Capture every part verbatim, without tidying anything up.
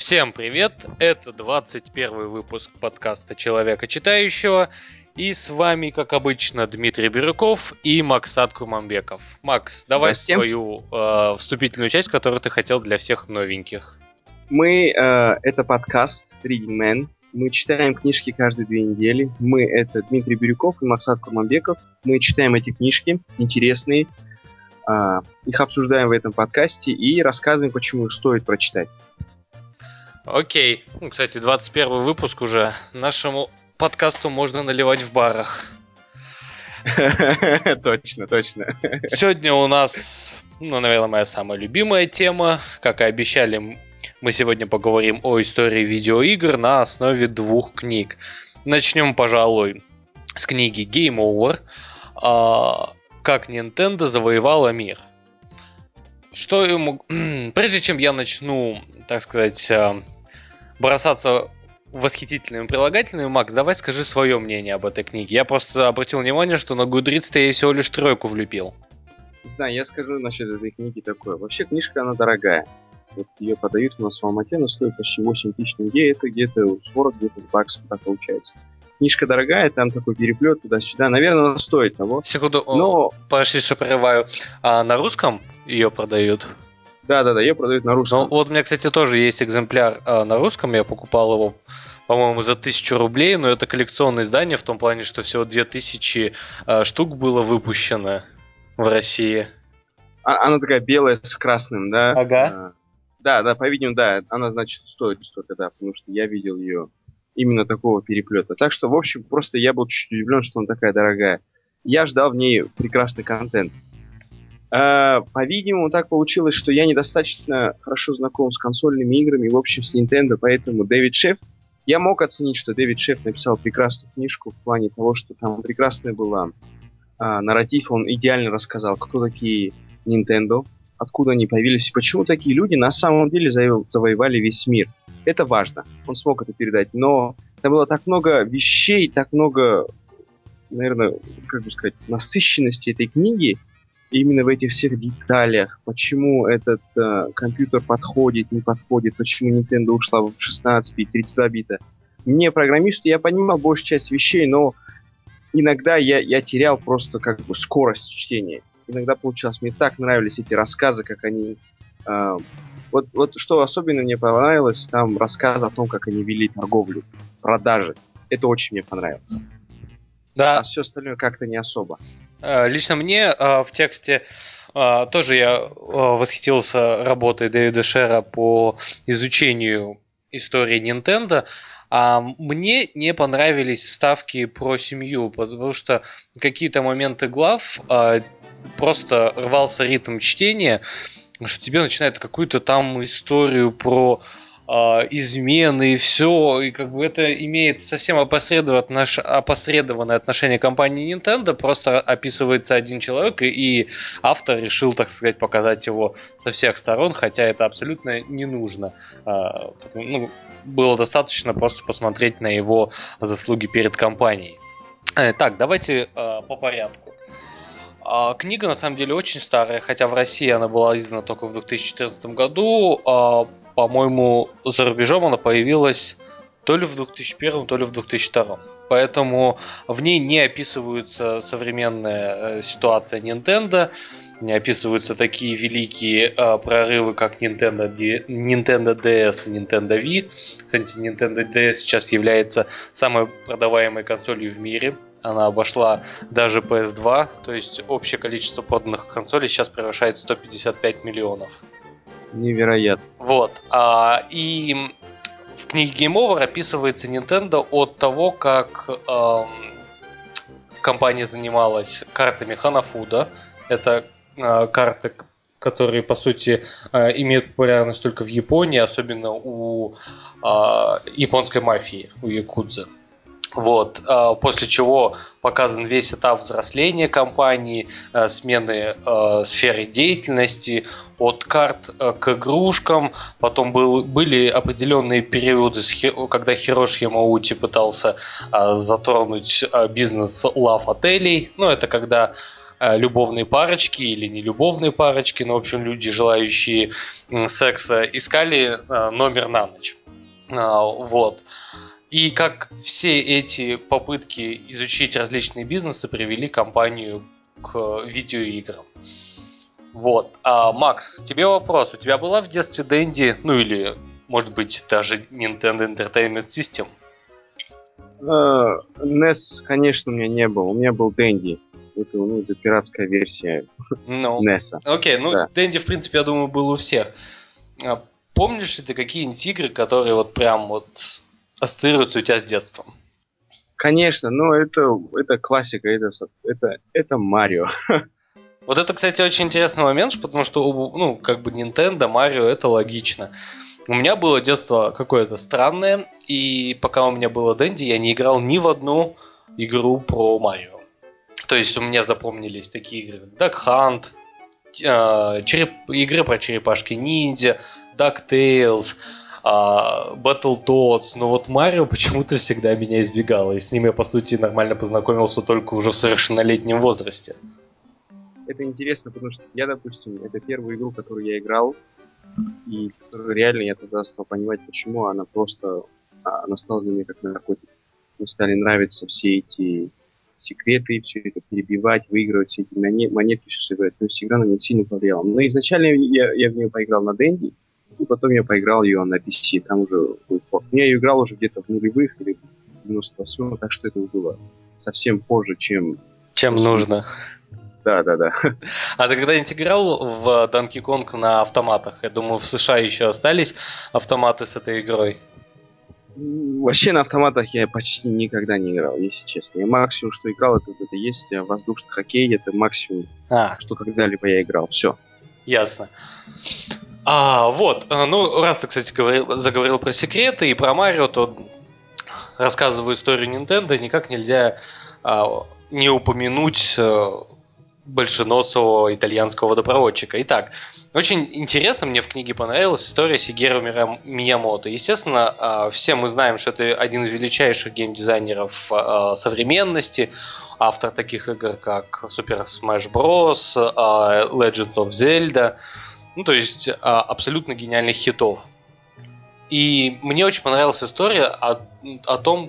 Всем привет! Это двадцать первый выпуск подкаста «Человека читающего». И с вами, как обычно, Дмитрий Бирюков и Максат Курманбеков. Макс, давай свою э, вступительную часть, которую ты хотел для всех новеньких. Мы, э, это подкаст Reading Man. Мы читаем книжки каждые две недели. Мы, это Дмитрий Бирюков и Максат Курманбеков. Мы читаем эти книжки, интересные. Э, их обсуждаем в этом подкасте и рассказываем, почему их стоит прочитать. Окей. Ну, кстати, двадцать первый выпуск уже. Нашему подкасту можно наливать в барах. Точно, точно. Сегодня у нас, ну, наверное, моя самая любимая тема. Как и обещали, мы сегодня поговорим о истории видеоигр на основе двух книг. Начнем, пожалуй, с книги Game Over. Как Nintendo завоевала мир. Что ему... Прежде чем я начну, так сказать, бросаться восхитительными прилагательными, Макс, давай скажи свое мнение об этой книге. Я просто обратил внимание, что на Goodreads я всего лишь тройку влюбил. Не знаю, я скажу насчет этой книги такое. Вообще книжка, она дорогая. Вот ее подают у нас в Алмате, но стоит почти восемь тысяч тенге. Это где-то сорок, где-то баксов, так получается. Книжка дорогая, там такой переплет туда-сюда. Наверное, она стоит того. Секунду, но... подожди, что прерываю. А на русском ее продают? Да-да-да, ее продают на русском. Ну, вот у меня, кстати, тоже есть экземпляр а, на русском. Я покупал его, по-моему, за тысячу рублей. Но это коллекционное издание в том плане, что всего две тысячи а, штук было выпущено в России. А, она такая белая с красным, да? Ага. А, да, да, по-видимому, да. Она, значит, стоит столько, да. Потому что я видел ее именно такого переплета. Так что, в общем, просто я был чуть удивлен, что она такая дорогая. Я ждал в ней прекрасный контент. Uh, по-видимому, так получилось, что я недостаточно хорошо знаком с консольными играми, в общем, с Nintendo, поэтому Дэвид Шеф, я мог оценить, что Дэвид Шеф написал прекрасную книжку в плане того, что там прекрасная была uh, нарратив, он идеально рассказал, кто такие Nintendo, откуда они появились, и почему такие люди на самом деле заво- завоевали весь мир. Это важно, он смог это передать, но там было так много вещей, так много, наверное, как бы сказать, насыщенности этой книги, именно в этих всех деталях, почему этот э, компьютер подходит, не подходит, почему Nintendo ушла в шестнадцать бит, тридцать два бита. Мне, программисту, я понимал большую часть вещей, но иногда я, я терял просто как бы скорость чтения. Иногда получалось, мне так нравились эти рассказы, как они... Э, вот, вот что особенно мне понравилось, там рассказ о том, как они вели торговлю, продажи. Это очень мне понравилось. Да. А все остальное как-то не особо. Лично мне в тексте тоже я восхитился работой Дэвида Шера по изучению истории Nintendo. А мне не понравились вставки про семью, потому что какие-то моменты глав просто рвался ритм чтения, что тебе начинает какую-то там историю про измены и все, и как бы это имеет совсем опосредованное, опосредованное отношение компании Nintendo, просто описывается один человек, и автор решил, так сказать, показать его со всех сторон, хотя это абсолютно не нужно. Ну, было достаточно просто посмотреть на его заслуги перед компанией. Так, давайте по порядку. Книга на самом деле очень старая, хотя в России она была издана только в две тысячи четырнадцатом году. По-моему, за рубежом она появилась то ли в две тысячи первом, то ли в две тысячи втором. Поэтому в ней не описывается современная ситуация Nintendo, не описываются такие великие э, прорывы, как Nintendo, D- Nintendo ди эс и Nintendo Wii. Кстати, Nintendo ди эс сейчас является самой продаваемой консолью в мире. Она обошла даже пи эс два, то есть общее количество проданных консолей сейчас превышает сто пятьдесят пять миллионов. Невероятно. Вот. А, и в книге Game Over описывается Nintendo от того, как эм, компания занималась картами Ханафуда. Это э, карты, которые, по сути, э, имеют популярность только в Японии, особенно у э, японской мафии, у якудзы. Вот, после чего показан весь этап взросления компании, смены э, сферы деятельности, от карт к игрушкам. Потом был, были определенные периоды, когда Хироши Ямаути пытался э, затронуть бизнес лав-отелей. Ну, это когда э, любовные парочки или не любовные парочки, но, в общем, люди, желающие э, секса, искали э, номер на ночь. А, вот. И как все эти попытки изучить различные бизнесы привели компанию к видеоиграм. Вот. А, Макс, тебе вопрос. У тебя была в детстве Dendy, ну или, может быть, даже Nintendo Entertainment System? Э, эн и эс, конечно, у меня не был. У меня был Dendy. Это, ну, это пиратская версия Ну, эн и эс. окей, ну, Да. Dendy, в принципе, я думаю, был у всех. А помнишь ли ты какие-нибудь игры, которые вот прям вот ассоциируются у тебя с детством? Конечно, но это, это классика, это, это, это Марио. Вот это, кстати, очень интересный момент, потому что, ну, как бы Nintendo, Марио, это логично. У меня было детство какое-то странное, и пока у меня было Dendy, я не играл ни в одну игру про Марио. То есть у меня запомнились такие игры, как Duck Hunt, э, череп... игры про черепашки-ниндзя, DuckTales, э, Battletoads, но вот Марио почему-то всегда меня избегало, и с ним я, по сути, нормально познакомился только уже в совершеннолетнем возрасте. Это интересно, потому что я, допустим, это первую игру, которую я играл, и которую реально я тогда стал понимать, почему она просто, она стала для меня как наркотик. Мне стали нравиться все эти секреты, все это перебивать, выигрывать, все эти монет, монетки все собирать. То есть игра на меня сильно повлияла. Но изначально я, я в нее поиграл на Денди, и потом я поиграл ее на пи си. Там уже был порт. Я ее играл уже где-то в нулевых или в девяносто восьмом, так что это было совсем позже, чем... Чем нужно. Да, да, да. А ты когда-нибудь играл в Donkey Kong на автоматах? Я думаю, в США еще остались автоматы с этой игрой. Вообще на автоматах я почти никогда не играл, если честно. Я максимум, что играл, это, это есть воздушный хоккей, это максимум, а. что когда-либо я играл. Все. Ясно. А, вот, ну, раз ты, кстати, говорил, заговорил про секреты и про Марио, то рассказываю историю Nintendo, никак нельзя а, не упомянуть а, большеносого итальянского водопроводчика. Итак, очень интересно, мне в книге понравилась история Сигеру Миямото. Естественно, все мы знаем, что это один из величайших геймдизайнеров современности, автор таких игр, как Super Smash Bros., Legend of Zelda, ну, то есть абсолютно гениальных хитов. И мне очень понравилась история о, о том,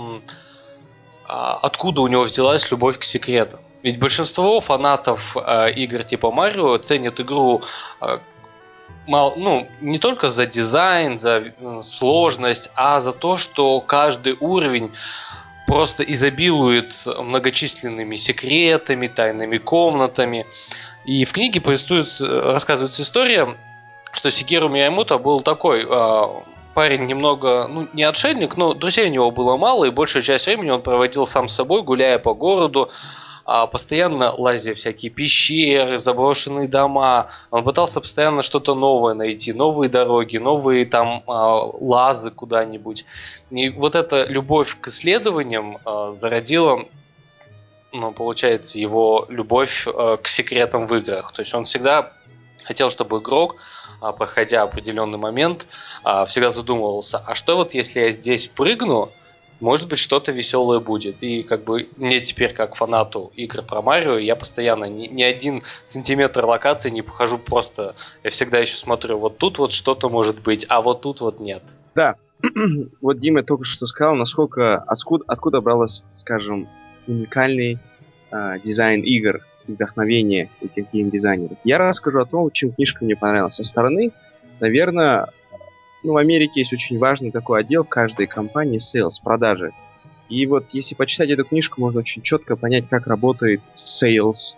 откуда у него взялась любовь к секретам. Ведь большинство фанатов э, игр типа Марио ценят игру э, мал, ну, не только за дизайн, за э, сложность, а за то, что каждый уровень просто изобилует многочисленными секретами, тайными комнатами. И в книге повествуется, рассказывается история, что Сигеру Миямото был такой... Э, парень немного, ну, не отшельник, но друзей у него было мало, и большую часть времени он проводил сам с собой, гуляя по городу, постоянно лазя всякие пещеры, заброшенные дома. Он пытался постоянно что-то новое найти, новые дороги, новые там лазы куда-нибудь. И вот эта любовь к исследованиям зародила, ну, получается, его любовь к секретам в играх. То есть он всегда хотел, чтобы игрок, проходя определенный момент, всегда задумывался, а что вот если я здесь прыгну, может быть, что-то веселое будет. И как бы мне теперь, как фанату игр про Марио, я постоянно ни, ни один сантиметр локации не похожу просто. Я всегда еще смотрю, вот тут вот что-то может быть, а вот тут вот нет. Да, вот Дима только что сказал, насколько, откуда, откуда бралось, скажем, уникальный э, дизайн игр, вдохновение этих геймдизайнеров. Я расскажу о том, чем книжка мне понравилась. Со стороны, наверное, ну, в Америке есть очень важный такой отдел в каждой компании sales, продажи. И вот если почитать эту книжку, можно очень четко понять, как работает sales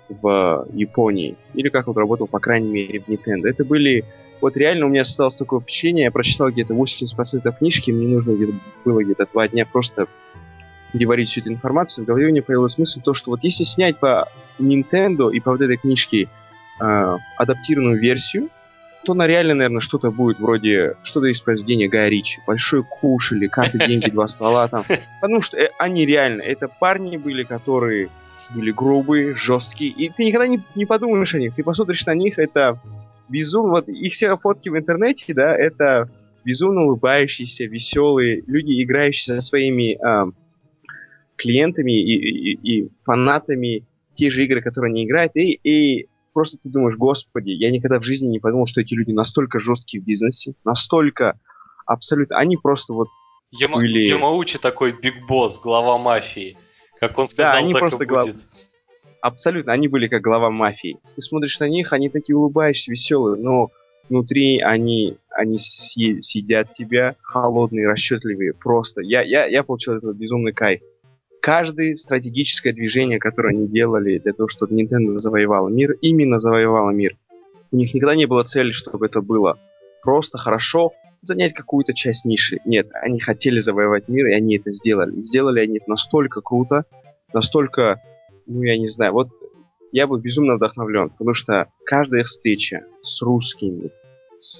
в Японии. Или как он работал, по крайней мере, в Nintendo. Это были... Вот реально у меня осталось такое впечатление, я прочитал где-то восемьдесят процентов книжки, мне нужно где-то, было где-то два дня просто переварить всю эту информацию. В голове у меня появилась мысль, то, что вот если снять по Nintendo и по вот этой книжке э, адаптированную версию, то на реально, наверное, что-то будет вроде, что-то из произведения Гая Ричи. Большой куш или карты, деньги, два ствола там. Потому что э, они реально, это парни были, которые были грубые, жесткие. И ты никогда не, не подумаешь о них. Ты посмотришь на них, это безумно... Вот их все фотки в интернете, да, это безумно улыбающиеся, веселые люди, играющие со своими э, клиентами и, и, и фанатами. те же игры, которые они играют, и, и просто ты думаешь, господи, я никогда в жизни не подумал, что эти люди настолько жесткие в бизнесе, настолько абсолютно, они просто вот Яма... были... Ямаучи такой биг босс, глава мафии. Как он сказал, Да, они так просто и глав... будет. Абсолютно, они были как глава мафии. Ты смотришь на них, они такие улыбающиеся, веселые, но внутри они, они съ- съедят тебя, холодные, расчетливые, просто. Я, я, я получил этот безумный кайф. Каждое стратегическое движение, которое они делали для того, чтобы Nintendo завоевала мир, именно завоевала мир. У них никогда не было цели, чтобы это было просто хорошо, занять какую-то часть ниши. Нет, они хотели завоевать мир, и они это сделали. И сделали они это настолько круто, настолько, ну я не знаю, вот я был безумно вдохновлен, потому что каждая встреча с русскими, с,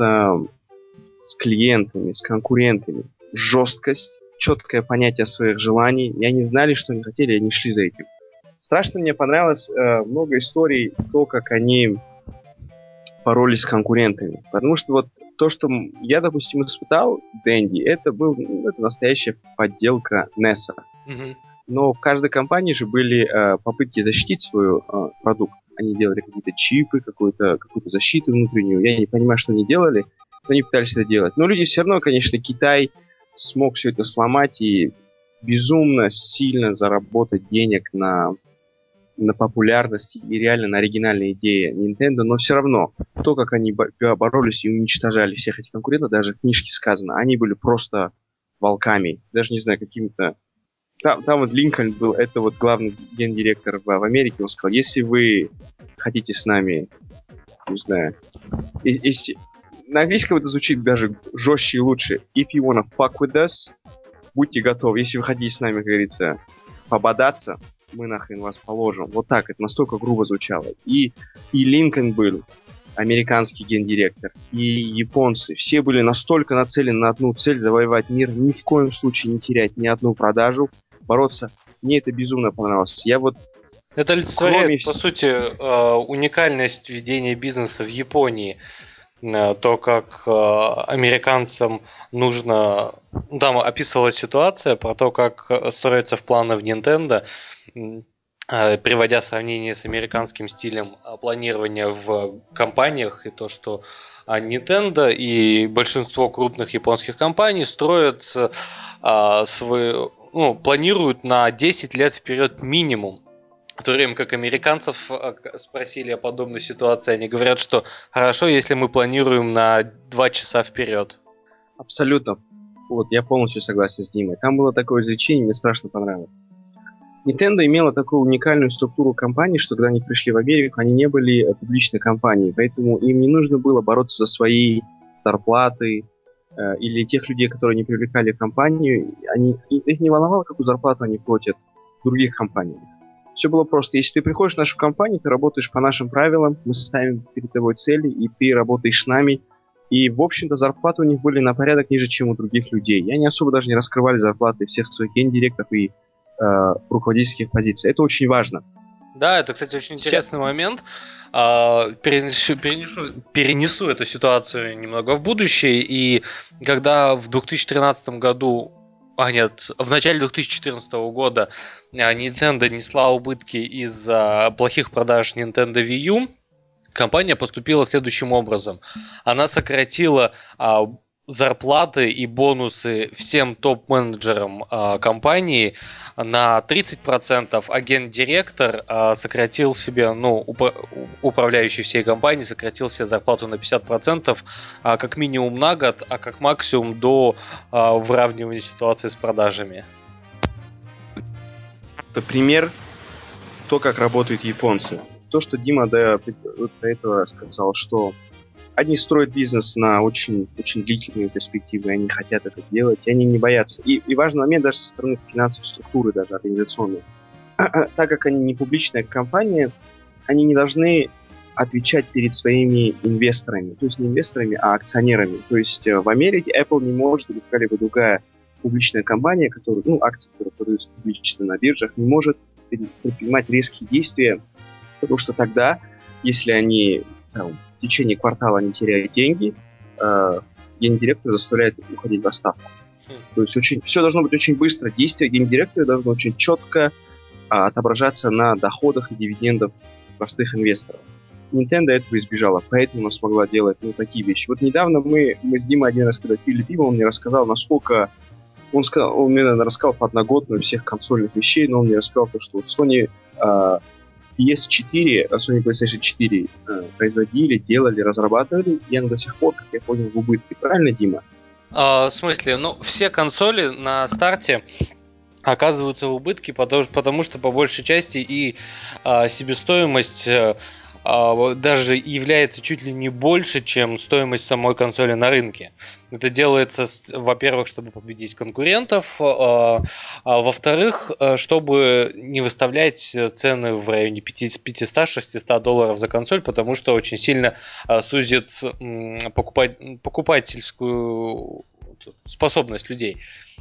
с клиентами, с конкурентами, жесткость, четкое понятие своих желаний, и они знали, что они хотели, и они шли за этим. Страшно мне понравилось э, много историй, то, как они боролись с конкурентами. Потому что вот то, что я, допустим, испытал в Dendy, это был ну, это настоящая подделка неса. Мгм. Но в каждой компании же были э, попытки защитить свой э, продукт. Они делали какие-то чипы, какую-то, какую-то защиту внутреннюю. Я не понимаю, что они делали, но они пытались это делать. Но люди все равно, конечно, Китай смог все это сломать и безумно сильно заработать денег на, на популярности и реально на оригинальной идее Nintendo, но все равно то, как они бо- боролись и уничтожали всех этих конкурентов, даже в книжке сказано, они были просто волками, даже не знаю, какими-то... Там, там вот Линкольн был, это вот главный гендиректор в, в Америке, он сказал, если вы хотите с нами, не знаю, и- если... на английском это звучит даже жестче и лучше. If you wanna fuck with us, будьте готовы. Если вы хотите с нами, как говорится, пободаться, мы нахрен вас положим. Вот так, это настолько грубо звучало. И, и Линкольн был, американский гендиректор, и японцы. Все были настолько нацелены на одну цель, завоевать мир, ни в коем случае не терять ни одну продажу, бороться. Мне это безумно понравилось. Я вот, Это кроме... олицетворяет, по сути, э, уникальность ведения бизнеса в Японии. Э, То, как э, американцам нужно... ну, Там описывалась ситуация про то, как э, строятся в планы в Nintendo, м, э, приводя сравнение с американским стилем э, планирования в компаниях, и то, что а, Nintendo и большинство крупных японских компаний строят э, свои, ну, планируют на десять лет вперед минимум. В то время как американцев э, спросили о подобной ситуации, они говорят, что хорошо, если мы планируем на два часа вперед. Абсолютно. Вот, я полностью согласен с Димой. Там было такое изречение, мне страшно понравилось. Nintendo имела такую уникальную структуру компании, что когда они пришли в Америку, они не были э, публичной компанией, поэтому им не нужно было бороться за свои зарплаты э, или тех людей, которые не привлекали в компанию. Они, их не волновало, какую зарплату они платят в других компаниях. Все было просто. Если ты приходишь в нашу компанию, ты работаешь по нашим правилам, мы ставим перед тобой цели, и ты работаешь с нами. И, в общем-то, зарплаты у них были на порядок ниже, чем у других людей. И они особо даже не раскрывали зарплаты всех своих гендиректоров и э, руководительских позиций. Это очень важно. Да, это, кстати, очень Вся... интересный момент. А, Перенесу, перенесу, перенесу эту ситуацию немного в будущее. И когда в две тысячи тринадцатом году, а нет, в начале две тысячи четырнадцатого года а, Nintendo несла убытки из-за плохих продаж Nintendo Wii U, компания поступила следующим образом. Она сократила а, зарплаты и бонусы всем топ-менеджерам а, компании на тридцать процентов, а гендиректор а, сократил себе, ну, упа- управляющий всей компанией сократил себе зарплату на пятьдесят процентов а, как минимум на год, а как максимум до а, выравнивания ситуации с продажами. Это пример, то, как работают японцы. То, что Дима до, до этого сказал, что они строят бизнес на очень, очень длительные перспективы, они хотят это делать, и они не боятся. И, и важный момент даже со стороны финансовой структуры, даже организационной. Так как они не публичная компания, они не должны отвечать перед своими инвесторами. То есть не инвесторами, а акционерами. То есть э, в Америке Apple не может, или какая-либо другая публичная компания, которая, ну, акции, которые продаются публично на биржах, не может предпринимать резкие действия, потому что тогда, если они там, в течение квартала не теряют деньги, э, гендиректор заставляет уходить в отставку. То есть очень, все должно быть очень быстро. Действие гендиректора должно очень четко, а, отображаться на доходах и дивидендах простых инвесторов. Nintendo этого избежала, поэтому она смогла делать ну, такие вещи. Вот недавно мы, мы с Димой один раз, когда пили пиво, он мне рассказал, насколько... Он, сказал, он мне, наверное, рассказал подноготную всех консольных вещей, но он мне рассказал то, что вот Sony э, пи эс четыре, Sony PlayStation четыре э, производили, делали, разрабатывали, и она до сих пор, как я понял, в убытке. Правильно, Дима? А, в смысле, ну, все консоли на старте оказываются в убытке, потому, потому что по большей части и а, себестоимость а, даже является чуть ли не больше, чем стоимость самой консоли на рынке. Это делается, во-первых, чтобы победить конкурентов, а, а во-вторых, чтобы не выставлять цены в районе пятьсот-шестьсот долларов за консоль, потому что очень сильно сузит покупать, покупательскую способность людей.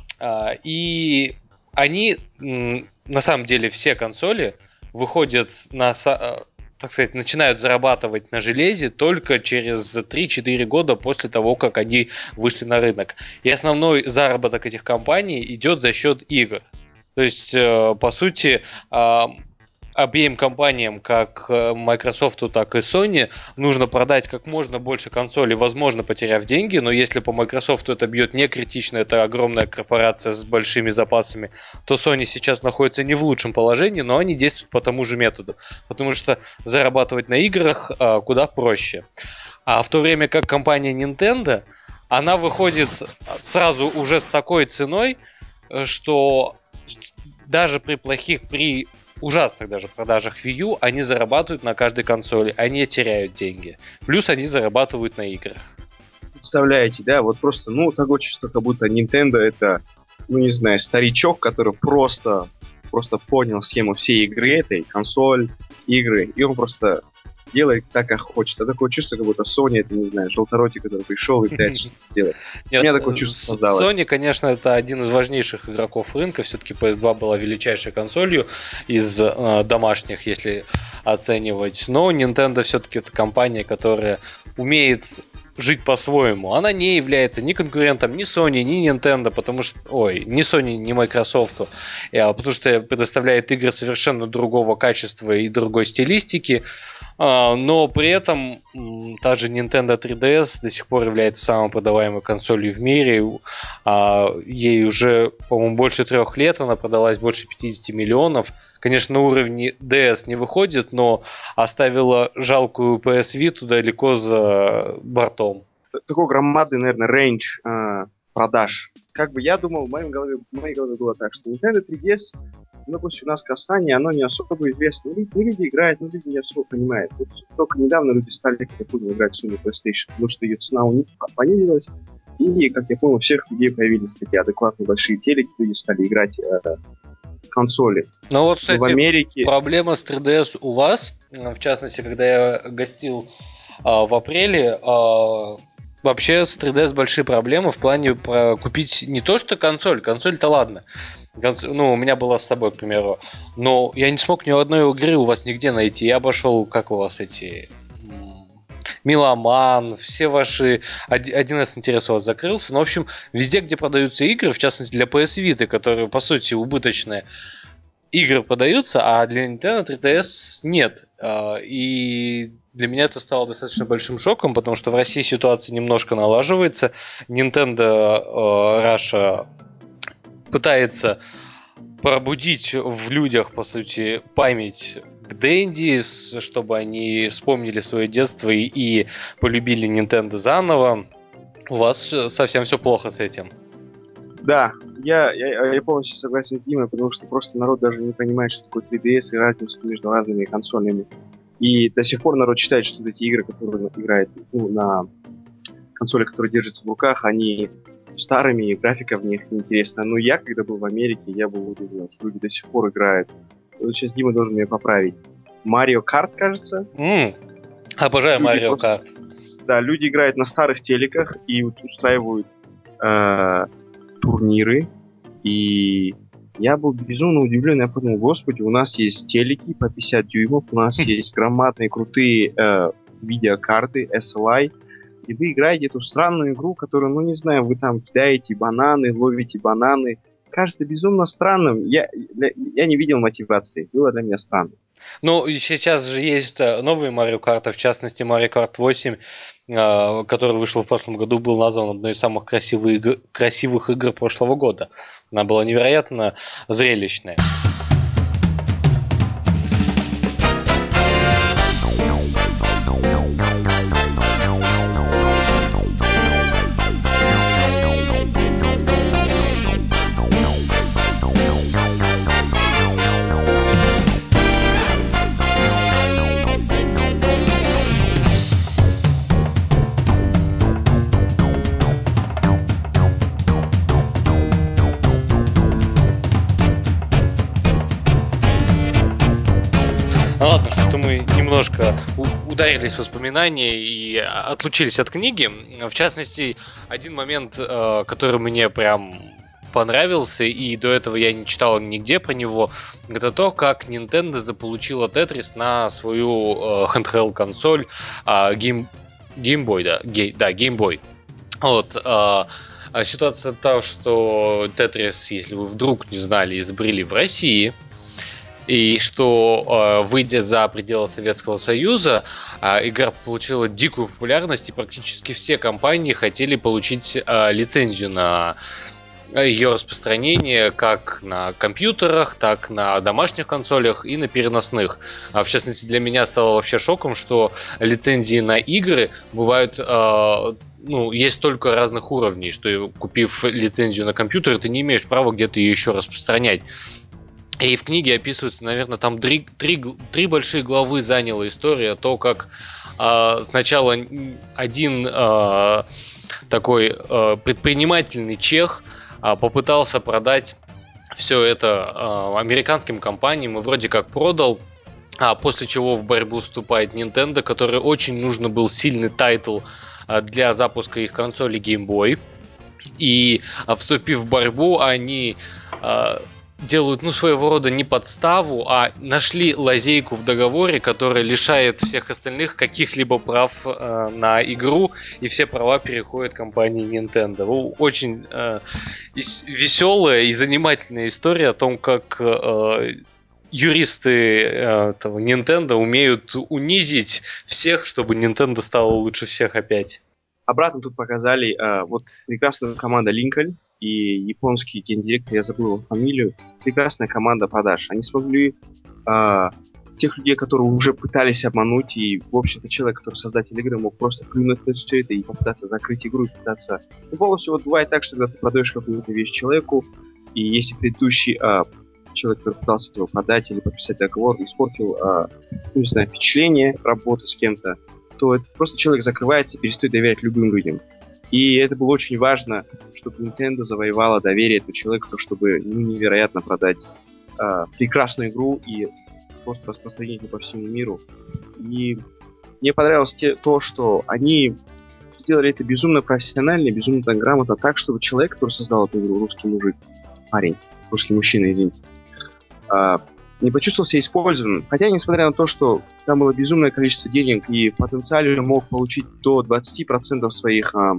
И они, на самом деле, все консоли выходят на, так сказать, начинают зарабатывать на железе только через три-четыре года после того, как они вышли на рынок. И основной заработок этих компаний идет за счет игр. То есть, по сути, обеим компаниям, как Microsoft, так и Sony, нужно продать как можно больше консолей, возможно, потеряв деньги, но если по Microsoft это бьет не критично, это огромная корпорация с большими запасами, то Sony сейчас находится не в лучшем положении, но они действуют по тому же методу, потому что зарабатывать на играх а, куда проще. А в то время как компания Nintendo, она выходит сразу уже с такой ценой, что даже при плохих, при ужасных даже продажах Wii U они зарабатывают на каждой консоли, они теряют деньги. Плюс они зарабатывают на играх. Представляете, да, вот просто, ну, такое чувство, как будто Nintendo это, ну, не знаю, старичок, который просто, просто понял схему всей игры этой, консоль, игры, и он просто делает так, как хочет. А такое чувство, как будто Sony, это, не знаю, желторотик, который пришел и пытается что-то сделать. Нет, у меня такое чувство создалось. Sony, конечно, это один из важнейших игроков рынка. Все-таки пи эс два была величайшей консолью из э, домашних, если оценивать. Но Nintendo все-таки это компания, которая умеет жить по-своему. Она не является ни конкурентом ни Sony, ни Nintendo, потому что... Ой, ни Sony, ни Microsoft. Потому что предоставляет игры совершенно другого качества и другой стилистики. Но при этом та же Nintendo три ди эс до сих пор является самой продаваемой консолью в мире. Ей уже, по-моему, больше трех лет, она продалась больше пятьдесят миллионов. Конечно, на уровне ди эс не выходит, но оставила жалкую пи эс Vita далеко за бортом. Такой громадный, наверное, рейндж э, продаж. Как бы я думал, в моей голове, в моей голове было так, что Nintendo три ди эс, ну, пусть у нас в Казахстане, оно не особо известно. Ну, люди играют, но люди не особо понимают. Вот только недавно люди стали, как я понял, играть в Sony PlayStation, потому что ее цена у них понизилась. И, как я понял, у всех людей появились такие адекватные большие телеки, люди стали играть э, консоли. Ну вот, кстати, в Америке... проблема с три ди эс у вас, в частности, когда я гостил а, в апреле, а, вообще с три ди эс большие проблемы в плане купить не то что консоль, консоль-то ладно. Ну, у меня была с собой, к примеру. Но я не смог ни одной игры у вас нигде найти. Я обошел, как у вас эти... Меломан, все ваши... один эс интерес у вас закрылся. Но, в общем, везде, где продаются игры, в частности для пи эс Vita, которые, по сути, убыточные, игры продаются, а для Nintendo три ди эс нет. И для меня это стало достаточно большим шоком, потому что в России ситуация немножко налаживается. Nintendo Russia пытается пробудить в людях, по сути, память к Дэнди, чтобы они вспомнили свое детство и, и полюбили Nintendo заново. У вас совсем все плохо с этим. Да, я, я, я полностью согласен с Димой, потому что просто народ даже не понимает, что такое три ди эс и разницу между разными консолями. И до сих пор народ считает, что эти игры, которые играет ну, на консоли, которые держатся в руках, они старыми, и графика в них неинтересна. Но я, когда был в Америке, я был удивлен, что люди до сих пор играют. Вот сейчас Дима должен меня поправить. Марио Карт, кажется? Mm. Обожаю Марио Карт. Да, люди играют на старых телеках и вот устраивают э, турниры. И я был безумно удивлен. Я подумал, господи, у нас есть телеки по пятьдесят дюймов, у нас есть громадные, крутые э, видеокарты эс эл ай. И вы играете эту странную игру, которую, ну не знаю, вы там кидаете бананы, ловите бананы, кажется безумно странным. Я, я не видел мотивации. Было для меня странно. Ну, и сейчас же есть новые Марио Карты, в частности, Марио Карт восемь, который вышел в прошлом году, был назван одной из самых красивых игр, красивых игр прошлого года. Она была невероятно зрелищная. Ну ладно, что-то мы немножко ударились в воспоминания и отлучились от книги. В частности, один момент, который мне прям понравился, и до этого я не читал нигде про него, это то, как Nintendo заполучила Tetris на свою handheld консоль Game, Game Boy, да, Game, да, Game Boy. Вот, ситуация та, что Tetris, если вы вдруг не знали, изобрели в России. И что, выйдя за пределы Советского Союза, игра получила дикую популярность, и практически все компании хотели получить лицензию на ее распространение как на компьютерах, так на домашних консолях и на переносных. В частности, для меня стало вообще шоком, что лицензии на игры бывают... Ну, есть столько разных уровней, что купив лицензию на компьютер, ты не имеешь права где-то ее еще распространять. И в книге описывается, наверное, там три, три, три большие главы заняла история, то, как э, сначала один э, такой э, предпринимательный чех э, попытался продать все это э, американским компаниям и вроде как продал, а после чего в борьбу вступает Nintendo, который очень нужно был сильный тайтл э, для запуска их консоли Game Boy. И э, вступив в борьбу, они... Э, делают, ну, своего рода не подставу, а нашли лазейку в договоре, которая лишает всех остальных каких-либо прав э, на игру, и все права переходят компании Nintendo. Очень э, веселая и занимательная история о том, как э, юристы э, этого Nintendo умеют унизить всех, чтобы Nintendo стала лучше всех опять. Обратно тут показали э, вот прекрасную команду Lincoln и японский гендиректор, я забыл его фамилию, прекрасная команда продаж. Они смогли э, тех людей, которые уже пытались обмануть, и, в общем-то, человек, который создатель игры, мог просто плюнуть на все это и попытаться закрыть игру, и пытаться... Ну, полностью вот бывает так, что когда ты продаешь какую-то вещь человеку, и если предыдущий э, человек, который пытался его продать или подписать договор, испортил, э, ну, не знаю, впечатление работы с кем-то, то это просто человек закрывается и перестает доверять любым людям. И это было очень важно, чтобы Nintendo завоевала доверие этого человека, чтобы ну, невероятно продать э, прекрасную игру и просто распространить ее по всему миру. И мне понравилось те, то, что они сделали это безумно профессионально, безумно так грамотно, так, чтобы человек, который создал эту игру, русский мужик, парень, русский мужчина, извините, э, не почувствовал себя использованным. Хотя, несмотря на то, что там было безумное количество денег, и в потенциале мог получить до двадцать процентов своих а,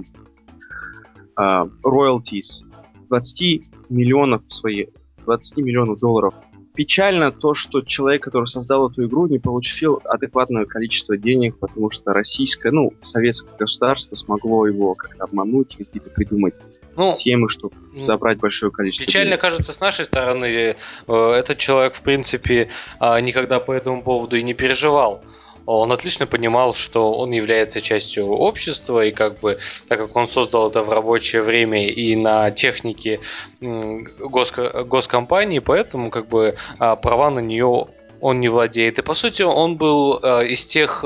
а, royalties, двадцать миллионов своих, двадцать миллионов долларов. Печально то, что человек, который создал эту игру, не получил адекватное количество денег, потому что российское, ну, советское государство смогло его как-то обмануть, какие-то придумать ну, схемы, чтобы забрать большое количество печально денег. Кажется, с нашей стороны, этот человек, в принципе, никогда по этому поводу и не переживал. Он отлично понимал, что он является частью общества, и как бы, так как он создал это в рабочее время и на технике гос- госкомпании, поэтому как бы права на нее он не владеет. И по сути он был из тех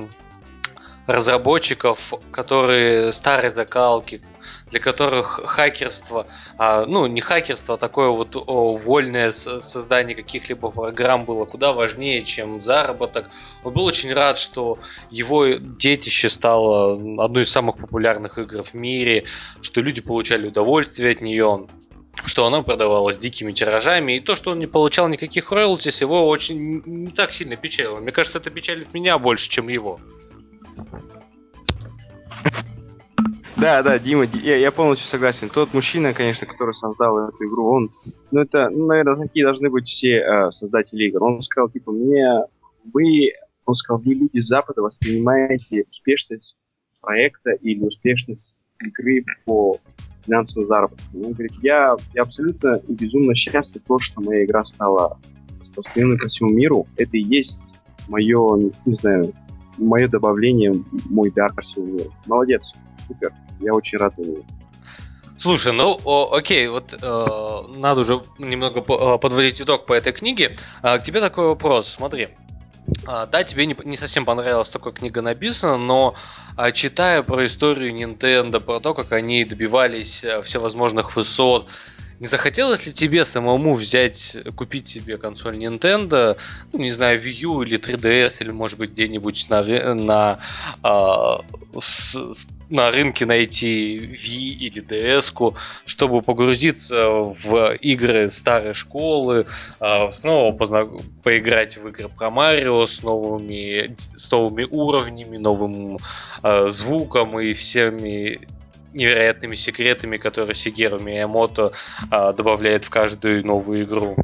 разработчиков, которые старой закалки, для которых хакерство, а, ну не хакерство, а такое вот о, вольное создание каких-либо программ было куда важнее, чем заработок. Он был очень рад, что его детище стало одной из самых популярных игр в мире, что люди получали удовольствие от нее, что она продавалась дикими тиражами, и то, что он не получал никаких роялтис, его очень не так сильно печалило. Мне кажется, это печалит меня больше, чем его. Да, да, Дима, Ди- я, я полностью согласен. Тот мужчина, конечно, который создал эту игру, он, ну это, ну, наверное, такие должны быть все э, создатели игр. Он сказал, типа, мне, вы, он сказал, вы люди с Запада воспринимаете успешность проекта или успешность игры по финансовому заработку. Он говорит, я, я абсолютно и безумно счастлив, то, что моя игра стала распространенной по всему миру. Это и есть мое, не знаю, мое добавление, мой дар всему миру. Молодец, супер. Я очень рад за него. Слушай, ну о, окей, вот э, надо уже немного по- э, подводить итог по этой книге. А, к тебе такой вопрос, смотри. А, да, тебе не, не совсем понравилась такая книга написана, но а, читая про историю Nintendo, про то, как они добивались а, всевозможных высот, не захотелось ли тебе самому взять, купить себе консоль Nintendo, ну, не знаю, Wii U или три ди эс, или, может быть, где-нибудь на, ры- на, а, с- с- на рынке найти Wii или ди эс-ку, чтобы погрузиться в игры старой школы, а, снова позна- поиграть в игры про Марио с новыми, с новыми уровнями, новым а, звуком и всеми невероятными секретами, которые Сигеру Миямото а, добавляет в каждую новую игру.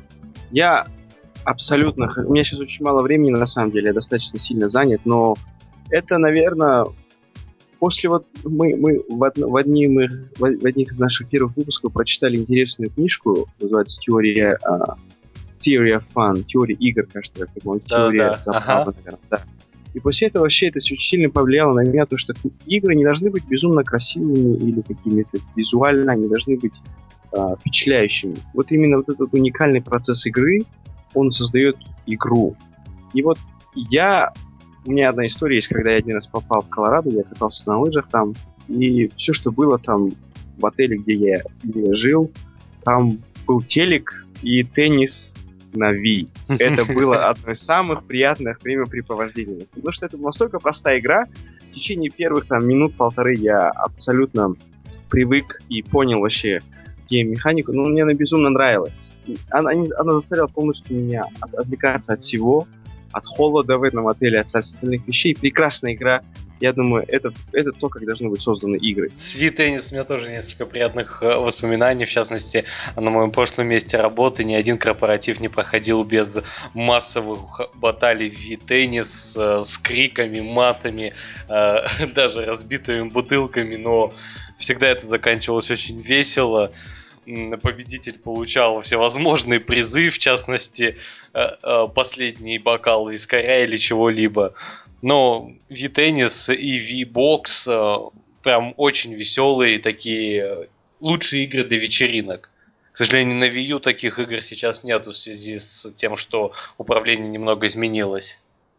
Я абсолютно... х- У меня сейчас очень мало времени, на самом деле, я достаточно сильно занят, но это, наверное, после вот мы, мы в, од- в, одним, из- в в одних из наших первых выпусков прочитали интересную книжку, называется «Теория, а, Theory of Fun», «Теория игр», кажется, как это, по-моему, «Теория Да-да-да, ага. забавы», наверное, да. И после этого вообще это очень сильно повлияло на меня, то, что игры не должны быть безумно красивыми или какими-то визуально, они должны быть а, впечатляющими. Вот именно вот этот уникальный процесс игры, он создает игру. И вот я... У меня одна история есть, когда я один раз попал в Колорадо, я катался на лыжах там, и все, что было там в отеле, где я, где я жил, там был телек и теннис на Wii. Это было одно из самых приятных времяпрепровождений. Потому что это настолько простая игра, в течение первых там минут-полторы я абсолютно привык и понял вообще гейм-механику. Ну, мне она безумно нравилась. Она, не- она заставила полностью меня от- отвлекаться от всего, от холода в этом отеле, от остальных вещей. Прекрасная игра. Я думаю, это, это то, как должны быть созданы игры. С Wii Tennis у меня тоже несколько приятных э, воспоминаний. В частности, на моем прошлом месте работы ни один корпоратив не проходил без массовых баталий в Wii Tennis э, с криками, матами, э, даже разбитыми бутылками, но всегда это заканчивалось очень весело. М, Победитель получал всевозможные призы, в частности, э, э, последний бокал вискаря или чего-либо. Но V-теннис и V-бокс э, прям очень веселые такие э, лучшие игры для вечеринок. К сожалению, на Wii U таких игр сейчас нету в связи с тем, что управление немного изменилось.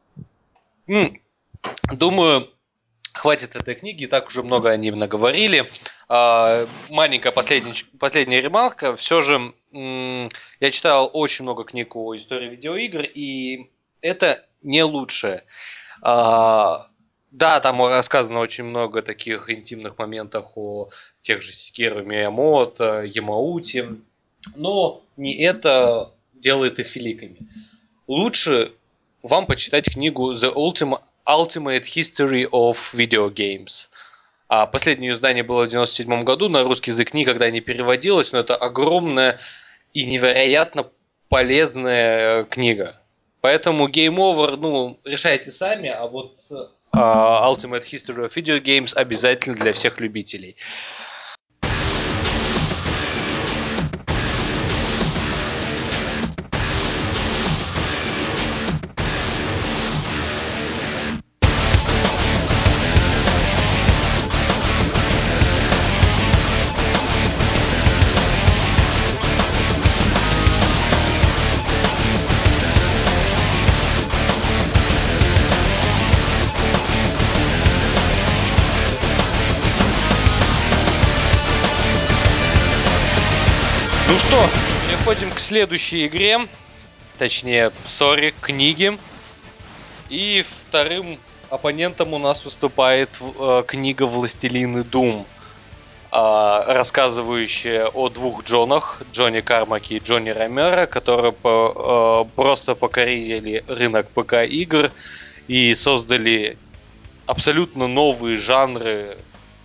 М, Думаю, хватит этой книги, и так уже много о ней наговорили. А, маленькая последняя, последняя ремарка. Все же м, я читал очень много книг о истории видеоигр, и это не лучшее. А, да, там рассказано очень много таких интимных моментов о тех же Сикеру Миямото, Ямаути, но не это делает их великими. Лучше вам почитать книгу The Ultima- Ultimate History of Video Games. А последнее издание было в девяносто седьмом году, на русский язык никогда не переводилось, но это огромная и невероятно полезная книга. Поэтому Game Over, ну, решайте сами, а вот а, Ultimate History of Video Games обязательно для всех любителей. Ну что, переходим к следующей игре, точнее, сори, книге. И вторым оппонентом у нас выступает э, книга «Властелины Дум», э, рассказывающая о двух Джонах, Джонни Кармаке и Джонни Ромеро, которые по, э, просто покорили рынок ПК-игр и создали абсолютно новые жанры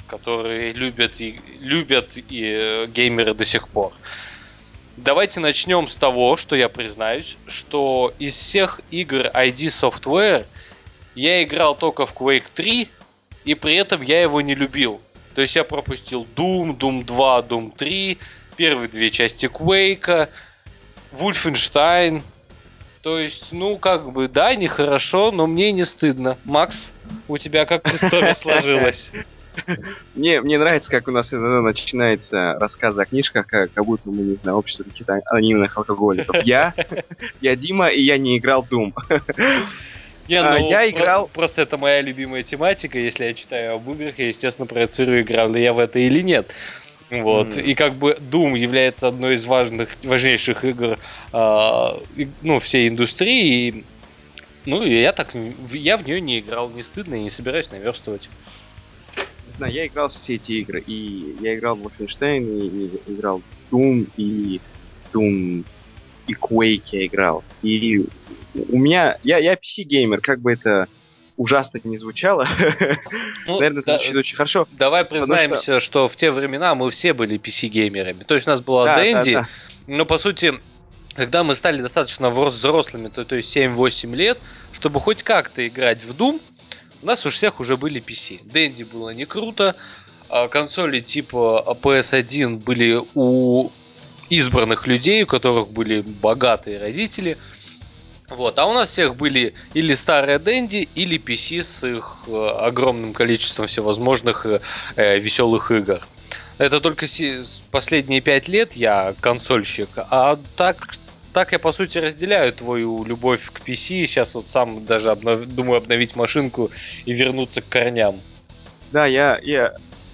которые любят и, любят и э, геймеры до сих пор. Давайте начнем с того, что я признаюсь, что из всех игр ай ди Software я играл только в Quake три, и при этом я его не любил. То есть я пропустил Doom, Doom два, Doom три, первые две части Quake, Wolfenstein. То есть, ну, как бы, да, нехорошо, но мне не стыдно. Макс, у тебя как история сложилась? Мне, мне нравится, как у нас иногда начинается рассказ о книжках, как, как будто мы, не знаю, общество каких-то анонимных алкоголиков. Я, я Дима, и я не играл в Doom. Не, А, ну, я про- играл... просто это моя любимая тематика. Если я читаю об играх, я, естественно, проецирую, играл ли я в это или нет. Вот. И М, как бы Doom является одной из важных, важнейших игр а, и- ну, всей индустрии. И, ну, и я так в- я в нее не играл, не стыдно и не собираюсь наверстывать. Не знаю, я играл в все эти игры. И я играл в Wolfenstein, и, и играл в Doom, и Doom, и Quake я играл. И у меня... Я, я пи си-геймер, как бы это ужасно не звучало. Ну, Наверное, это да, звучит очень хорошо. давай Потому что... признаемся, что в те времена мы все были пи си-геймерами. То есть у нас была Да, да, Дэнди, да. но по сути, когда мы стали достаточно врос- взрослыми, то, то есть семь-восемь лет, чтобы хоть как-то играть в Doom, у нас у всех уже были пи си. Дэнди было не круто, а консоли типа пи эс один были у избранных людей, у которых были богатые родители. Вот, а у нас всех были или старые Дэнди, или пи си с их э, огромным количеством всевозможных э, э, веселых игр. Это только си- с- последние пять лет я консольщик, а так, так я по сути разделяю твою любовь к пи си. Сейчас вот сам даже обнов- думаю обновить машинку и вернуться к корням. Да, я, я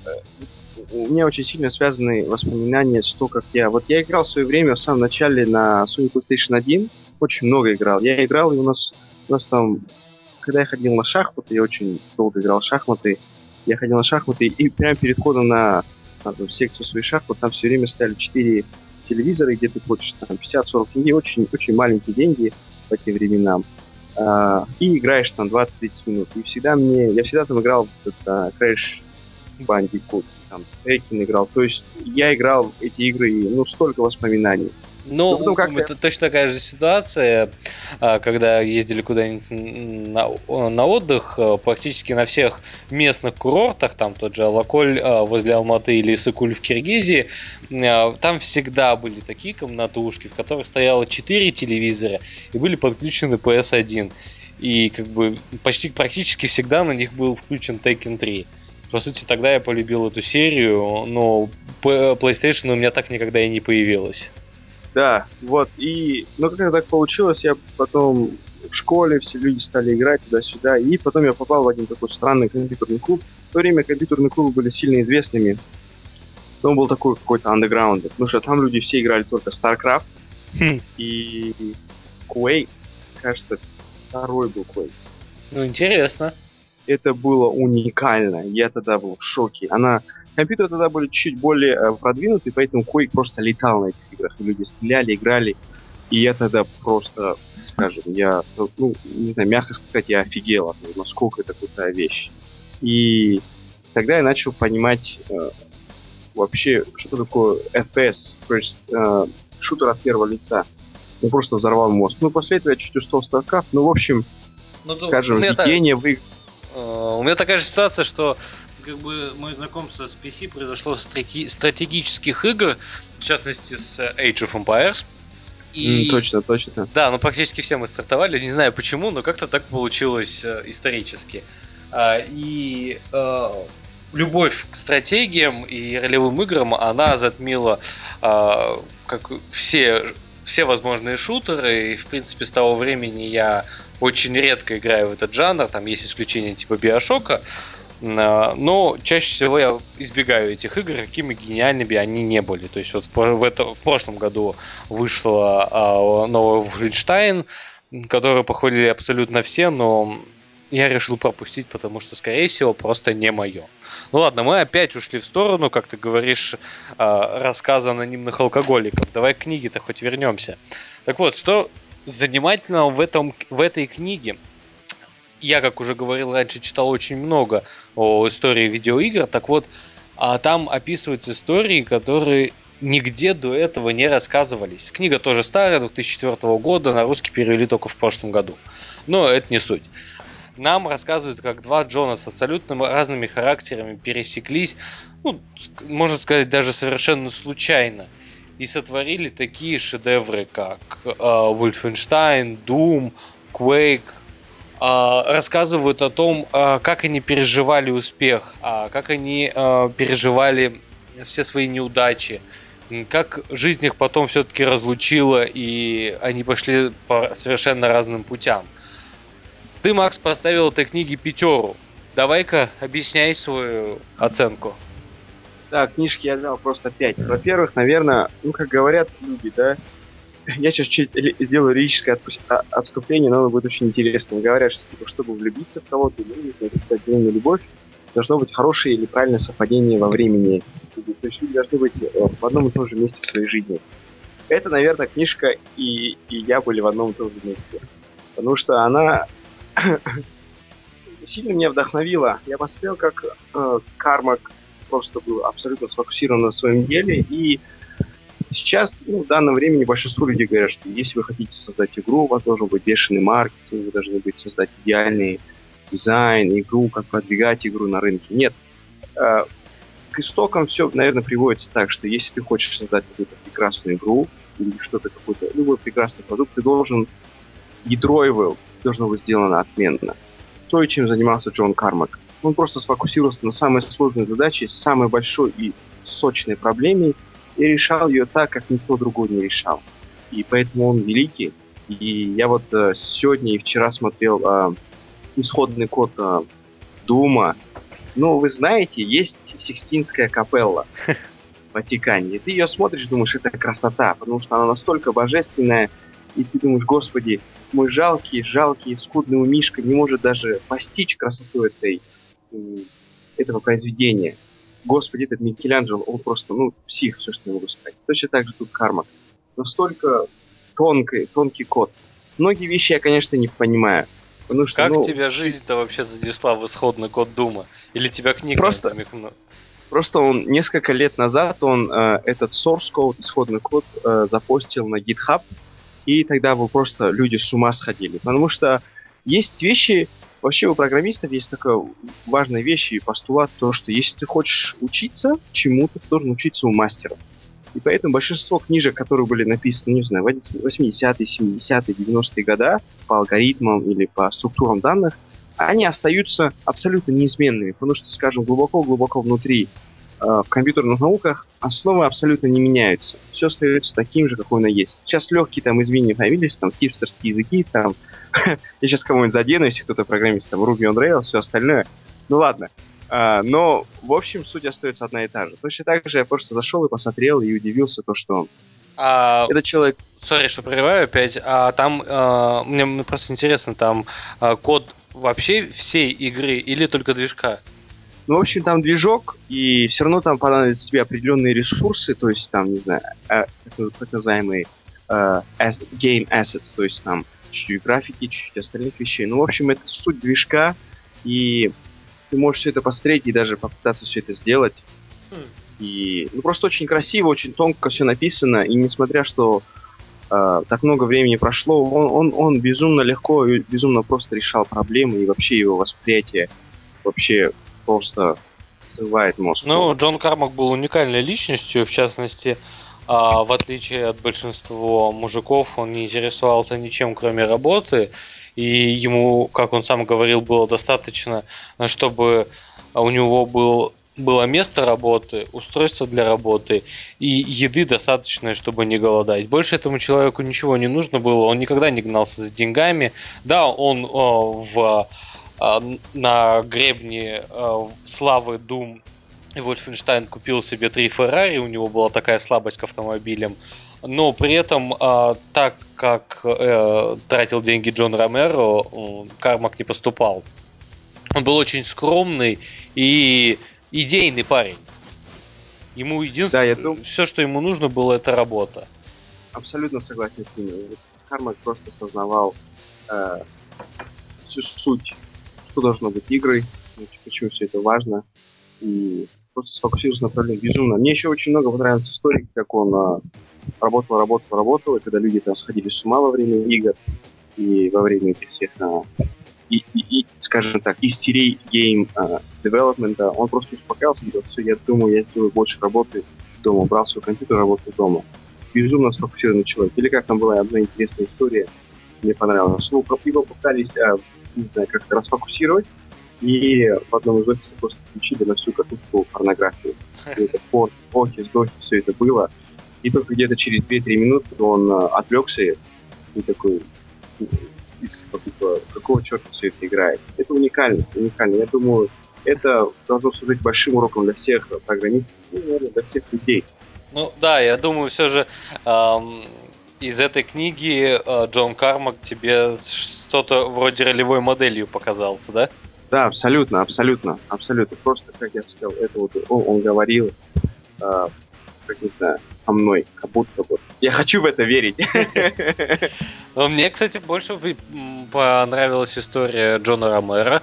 у меня очень сильно связаны воспоминания с то, как я... Вот я играл в свое время в самом начале на Sony PlayStation один, очень много играл. Я играл, и у нас, у нас там, когда я ходил на шахматы, я очень долго играл в шахматы, я ходил на шахматы, и прямо перед входом на, на там, секцию своих шахмат там все время стояли четыре телевизора, где ты платишь там пятьдесят-сорок тенге, очень, очень маленькие деньги по тем временам. А, и играешь там двадцать-тридцать минут. И всегда мне... Я всегда там играл в этот, а, Crash Bandicoot, там, Tekken играл. То есть я играл в эти игры, и, ну, столько воспоминаний. Но потом Ну, у- как-то... это точно такая же ситуация, а, когда ездили куда-нибудь на, на отдых, а, практически на всех местных курортах, там тот же Алаколь а, возле Алматы или Иссык-Куль в Киргизии, а, там всегда были такие комнатушки, в которых стояло четыре телевизора и были подключены пи эс один. И как бы почти практически всегда на них был включен Tekken три. По сути, тогда я полюбил эту серию, но П- PlayStation у меня так никогда и не появилась. Да, вот, и... Ну, как так получилось, я потом в школе все люди стали играть туда-сюда, и потом я попал в один такой странный компьютерный клуб. В то время компьютерные клубы были сильно известными, но он был такой какой-то андеграунд, потому что там люди все играли только StarCraft и Quake, кажется, второй был Quake. Ну, интересно. Это было уникально. Я тогда был в шоке. Она... Компьютеры тогда были чуть более э, продвинуты, поэтому Quake просто летал на этих играх. И люди стреляли, играли. И я тогда просто, скажем, я, ну, ну, не знаю, мягко сказать, я офигел от него, насколько это крутая вещь. И тогда я начал понимать э, вообще, что такое эф пи эс, то есть э, шутер от первого лица. Он просто взорвал мозг. Ну, после этого я чуть устал StarCraft. Ну, в общем, Ну, ду- у скажем, меня, та- введение в игры... э, у меня такая же ситуация, что как бы мое знакомство с пи си произошло с стратеги- стратегических игр, в частности с Age of Empires. И Точно, точно. да, ну практически все мы стартовали, не знаю почему, но как-то так получилось э, исторически. А, и э, любовь к стратегиям и ролевым играм, она затмила а, как все, все возможные шутеры. И, в принципе, с того времени я очень редко играю в этот жанр. Там есть исключения типа Биошока. А, Но чаще всего я избегаю этих игр, какими гениальными они не были. То есть вот в, это, в прошлом году вышла а, новая Wolfenstein, которую похвалили абсолютно все, но я решил пропустить, потому что, скорее всего, просто не мое. Ну ладно, мы опять ушли в сторону, как ты говоришь, а, рассказа анонимных алкоголиков. Давай к книге-то хоть вернемся. Так вот, что занимательного в, этом, в этой книге? я, как уже говорил раньше, читал очень много о истории видеоигр. Так вот, а там описываются истории, которые нигде до этого не рассказывались. Книга тоже старая, две тысячи четвёртого года, на русский перевели только в прошлом году. Но это не суть. Нам рассказывают, как два Джона с абсолютно разными характерами пересеклись, ну, можно сказать, даже совершенно случайно. И сотворили такие шедевры, как э, Wolfenstein, Doom, Quake. Э, рассказывают о том, э, как они переживали успех, э, как они э, переживали все свои неудачи, как жизнь их потом все-таки разлучила, и они пошли по совершенно разным путям. Ты, Макс, поставил этой книге пятеру. Давай-ка объясняй свою оценку. Да, книжки я дал просто пять. Во-первых, наверное, ну, как говорят люди, да, я сейчас чуть сделаю лирическое отступление, но оно будет очень интересным. Говорят, что типа, чтобы влюбиться в кого-то или испытать взаимную любовь, должно быть хорошее или правильное совпадение во времени. То есть люди должны быть в одном и том же месте в своей жизни. Это, наверное, книжка и, и я были в одном и том же месте. Потому что она сильно меня вдохновила. Я посмотрел, как э, Кармак просто был абсолютно сфокусирован на своем деле. И сейчас, ну, в данном времени большинство людей говорят, что если вы хотите создать игру, у вас должен быть бешеный маркетинг, вы должны быть создать идеальный дизайн, игру, как продвигать игру на рынке. Нет. Э, к истокам все, наверное, приводится так, что если ты хочешь создать какую-то прекрасную игру или что-то, какой-то, любой прекрасный продукт, ты должен, ядро его должно быть сделано отменно. То, чем занимался Джон Кармак. Он просто сфокусировался на самой сложной задаче, самой большой и сочной проблеме и решал ее так, как никто другой не решал. И поэтому он великий. И я вот э, сегодня и вчера смотрел э, исходный код э, Дума. Ну, вы знаете, есть Сикстинская капелла в Ватикане. И ты ее смотришь, думаешь, это красота, потому что она настолько божественная, и ты думаешь, господи, мой жалкий, жалкий, скудный умишка не может даже постичь красоту этой, этого произведения. Господи, этот Микеланджело, он просто, ну, псих, все, что я могу сказать. Точно так же тут Кармак. Настолько тонкий, тонкий код. Многие вещи я, конечно, не понимаю. Потому что, Как ну, тебя жизнь-то вообще занесла в исходный код Дума? Или тебя книга просто, намекнула? просто он несколько лет назад, он э, этот source code, исходный код, э, запостил на GitHub, и тогда бы просто люди с ума сходили. Потому что есть вещи, вообще у программистов есть такая важная вещь и постулат, то, что если ты хочешь учиться чему-то, ты должен учиться у мастера. И поэтому большинство книжек, которые были написаны, не знаю, в восьмидесятые, семидесятые, девяностые годы по алгоритмам или по структурам данных, они остаются абсолютно неизменными, потому что, скажем, глубоко-глубоко внутри э, в компьютерных науках основы абсолютно не меняются. Все остается таким же, какой оно есть. Сейчас легкие там изменения появились, там хипстерские языки, там я сейчас кого-нибудь задену, если кто-то программист, там Ruby on Rails, все остальное. Ну ладно. А, но, в общем, суть остается одна и та же. Точно так же я просто зашел и посмотрел и удивился, то, что А, этот человек... сори, что прерываю опять. А там, э, мне, мне просто интересно, там э, код вообще всей игры или только движка? Ну, в общем, там движок, и все равно там понадобятся тебе определенные ресурсы, то есть там, не знаю, э, так называемые э, game assets, то есть там чуть-чуть графики, чуть-чуть остальных вещей. Ну, в общем, это суть движка, и ты можешь все это посмотреть и даже попытаться все это сделать. Хм. И ну, просто очень красиво, очень тонко все написано, и несмотря что э, так много времени прошло, он, он, он безумно легко и безумно просто решал проблемы, и вообще его восприятие вообще просто взрывает мозг. Ну, Джон Кармак был уникальной личностью, в частности, а, в отличие от большинства мужиков, он не интересовался ничем, кроме работы, и ему, как он сам говорил, было достаточно, чтобы у него был, было место работы, устройство для работы и еды достаточно, чтобы не голодать. Больше этому человеку ничего не нужно было, он никогда не гнался за деньгами. Да, он о, в на гребне э, славы Doom и Вольфенштайн купил себе три Феррари, у него была такая слабость к автомобилям. Но при этом, э, так как э, тратил деньги Джон Ромеро, э, Кармак не поступал. Он был очень скромный и идейный парень. Ему Да, я единственное, думаю, все, что ему нужно было, это работа. абсолютно согласен с ним. Вот Кармак просто осознавал э, всю суть что должно быть игрой, почему все это важно. И просто сфокусировался на проблеме безумно. Мне еще очень много понравилась история, как он а, работал, работал, работал, и когда люди там сходили с ума во время игр и во время этих всех, а, и, и, и, скажем так, истерей гейм девелопмента, он просто успокаивался, говорил, все, я думаю, я сделаю больше работы дома, брал свой компьютер, работал дома. Безумно сфокусированный человек. Или как там была одна интересная история, мне понравилось. Его, его пытались, а, не знаю, как-то расфокусировать, и в одном из офисов просто включили на всю катушку порнографию. И это порт, офис, дофис, все это было. И только где-то через две-три минуты он а, отвлекся и такой, из, типа, какого черта все это играет. Это уникально, уникально. Я думаю, это должно служить большим уроком для всех программистов, и, наверное, для всех людей. Ну да, я думаю, все же эм, из этой книги э, Джон Кармак тебе что-то вроде ролевой моделью показался, да? Да, абсолютно, абсолютно, абсолютно. Просто, как я сказал, это вот он, он говорил, э, как не знаю, со мной, как будто бы. Я хочу в это верить. Но мне, кстати, больше понравилась история Джона Ромеро.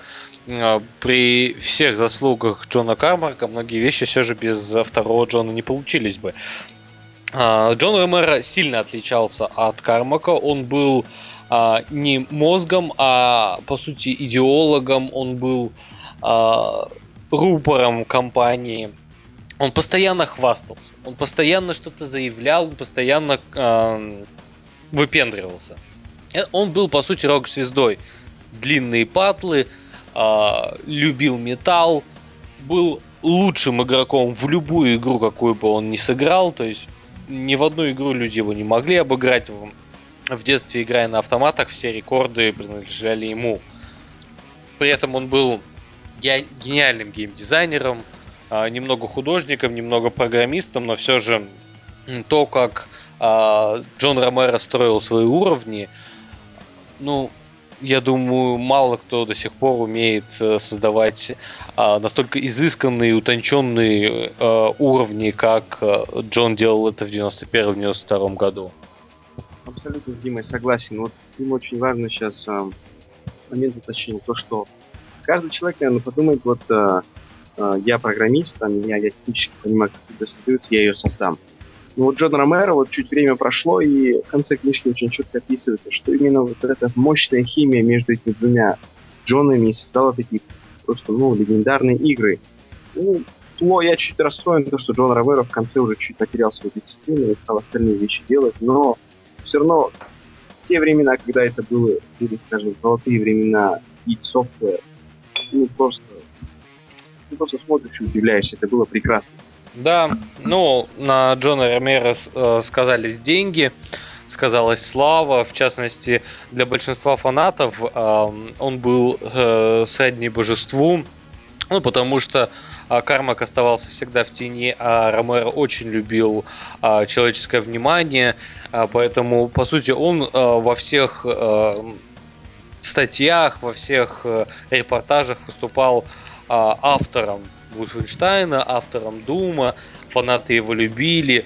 При всех заслугах Джона Кармака многие вещи все же без второго Джона не получились бы. Джон Ромеро сильно отличался от Кармака. Он был а, не мозгом, а по сути идеологом. Он был а, рупором компании. Он постоянно хвастался. Он постоянно что-то заявлял. Он постоянно а, выпендривался. Он был по сути рок-звездой. Длинные патлы, а, любил металл, был лучшим игроком в любую игру, какую бы он ни сыграл. То есть ни в одну игру люди его не могли обыграть. В детстве, играя на автоматах, все рекорды принадлежали ему. При этом он был гениальным геймдизайнером, немного художником, немного программистом, но все же то, как Джон Ромеро строил свои уровни, ну, я думаю, мало кто до сих пор умеет создавать а, настолько изысканные, утонченные а, уровни, как а, Джон делал это в девяносто первом - девяносто втором году. Абсолютно с Димой согласен. Вот им очень важно сейчас а, момент уточнения. То, что каждый человек, наверное, подумает, вот а, а, я программист, там, я, я технически понимаю, как это создается, я ее создам. Но вот Джон Ромеро, вот чуть время прошло, и в конце книжки очень четко описывается, что именно вот эта мощная химия между этими двумя Джонами создала такие просто, ну, легендарные игры. Ну, то я чуть расстроен, то, что Джон Ромеро в конце уже чуть потерял свою дисциплину и стал остальные вещи делать, но все равно в те времена, когда это было, были, скажем, золотые времена id Software, ну, просто, ну, просто смотришь и удивляешься, это было прекрасно. Да, ну, на Джона Ромеро э, сказались деньги, сказалась слава, в частности, для большинства фанатов э, он был э, сродни божеству, ну, потому что э, Кармак оставался всегда в тени, а Ромеро очень любил э, человеческое внимание, э, поэтому, по сути, он э, во всех э, статьях, во всех э, репортажах выступал э, автором Wolfenstein, автором Дума, фанаты его любили.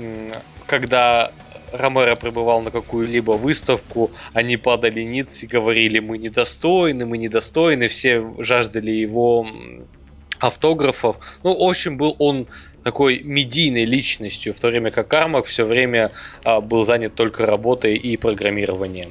Когда Ромеро прибывал на какую-либо выставку, они падали ниц и говорили: мы недостойны, мы недостойны, все жаждали его автографов. Ну, в общем, был он такой медийной личностью, в то время как Кармак все время а, был занят только работой и программированием.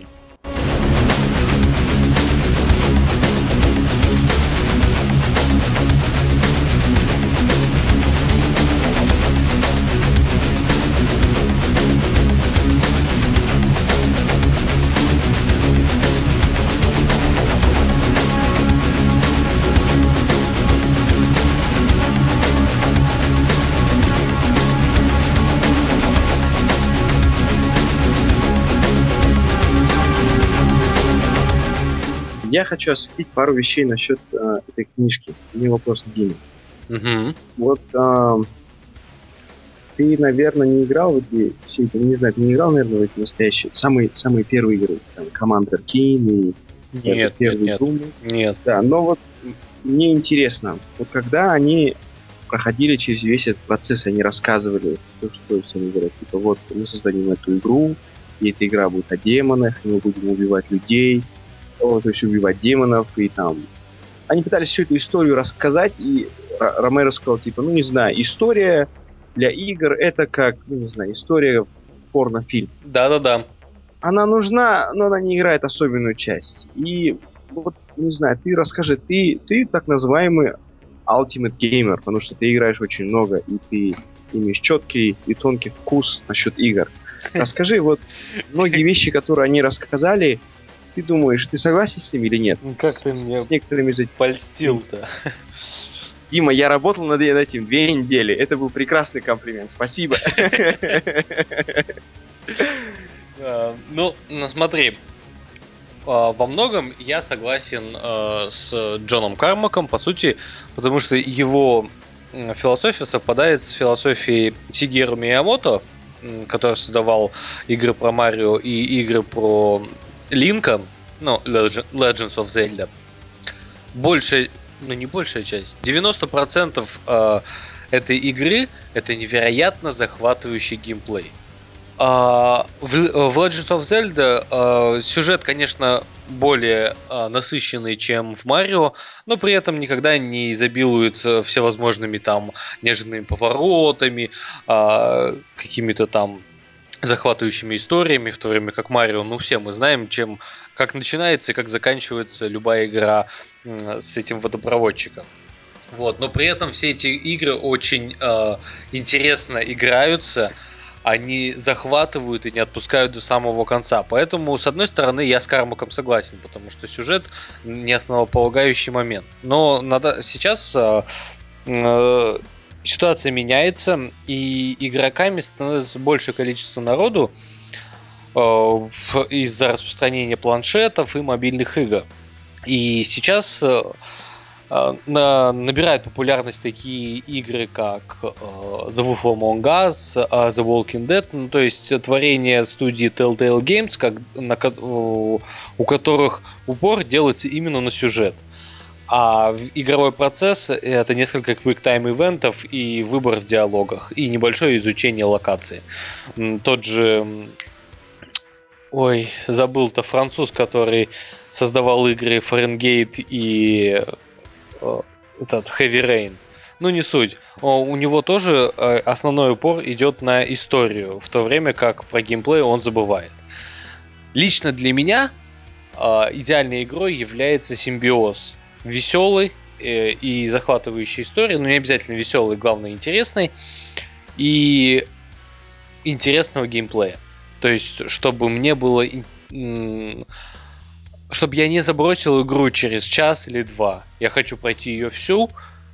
Я хочу осветить пару вещей насчет э, этой книжки. У меня вопрос к Диме. Угу. Вот э, ты, наверное, не играл в эти все эти, не знаю, ты не играл, наверное, в эти настоящие, самые, самые первые игры, там, Commander Keen и Нет, первый нет, Doom. нет, нет. Да, но вот мне интересно, вот когда они проходили через весь этот процесс, они рассказывали, что, что они говорят, типа, вот, мы создадим эту игру, и эта игра будет о демонах, и мы будем убивать людей, то есть убивать демонов, и там они пытались всю эту историю рассказать, и Ромеро сказал, типа, ну, не знаю, история для игр это как, ну, не знаю, история в порнофильм. Да-да-да. Она нужна, но она не играет особенную часть. И вот, не знаю, ты расскажи, ты, ты так называемый Ultimate Gamer, потому что ты играешь очень много, и ты имеешь четкий и тонкий вкус насчет игр. Расскажи, вот многие вещи, которые они рассказали, ты думаешь, ты согласен с ними или нет? Ну, как с, ты мне с некоторыми из этих... польстил-то? Дима, я работал над этим две недели. Это был прекрасный комплимент. Спасибо. Ну, смотри, во многом я согласен с Джоном Кармаком, по сути, потому что его философия совпадает с философией Сигеру Миямото, который создавал игры про Марио и игры про Линка, ну, Legends of Zelda. Большая, ну не большая часть, девяносто процентов этой игры это невероятно захватывающий геймплей. Uh, в, в Legends of Zelda uh, сюжет, конечно, более uh, насыщенный, чем в Марио, но при этом никогда не изобилует uh, всевозможными там неожиданными поворотами, uh, какими-то там захватывающими историями, в то время как Марио, ну все мы знаем, чем как начинается и как заканчивается любая игра uh, с этим водопроводчиком. Вот, но при этом все эти игры очень uh, интересно играются. Они захватывают и не отпускают до самого конца. Поэтому, с одной стороны, я с Кармаком согласен, потому что сюжет не основополагающий момент. Но надо, сейчас э, э, ситуация меняется, и игроками становится большее количество народу э, из-за распространения планшетов и мобильных игр. И сейчас э, набирают популярность такие игры, как The Wolf Among Us, The Walking Dead, ну, то есть творение студии Telltale Games, как, на, у которых упор делается именно на сюжет. А игровой процесс это несколько quick-time ивентов и выбор в диалогах, и небольшое изучение локации. Тот же... Ой, забыл-то француз, который создавал игры Фаренгейт и этот Heavy Rain. Ну, не суть. У него тоже основной упор идет на историю, в то время как про геймплей он забывает. Лично для меня идеальной игрой является Симбиоз. Веселый и захватывающий историю, но не обязательно веселый, главное интересный, и интересного геймплея. То есть, чтобы мне было... Чтобы я не забросил игру через час или два. Я хочу пройти ее всю,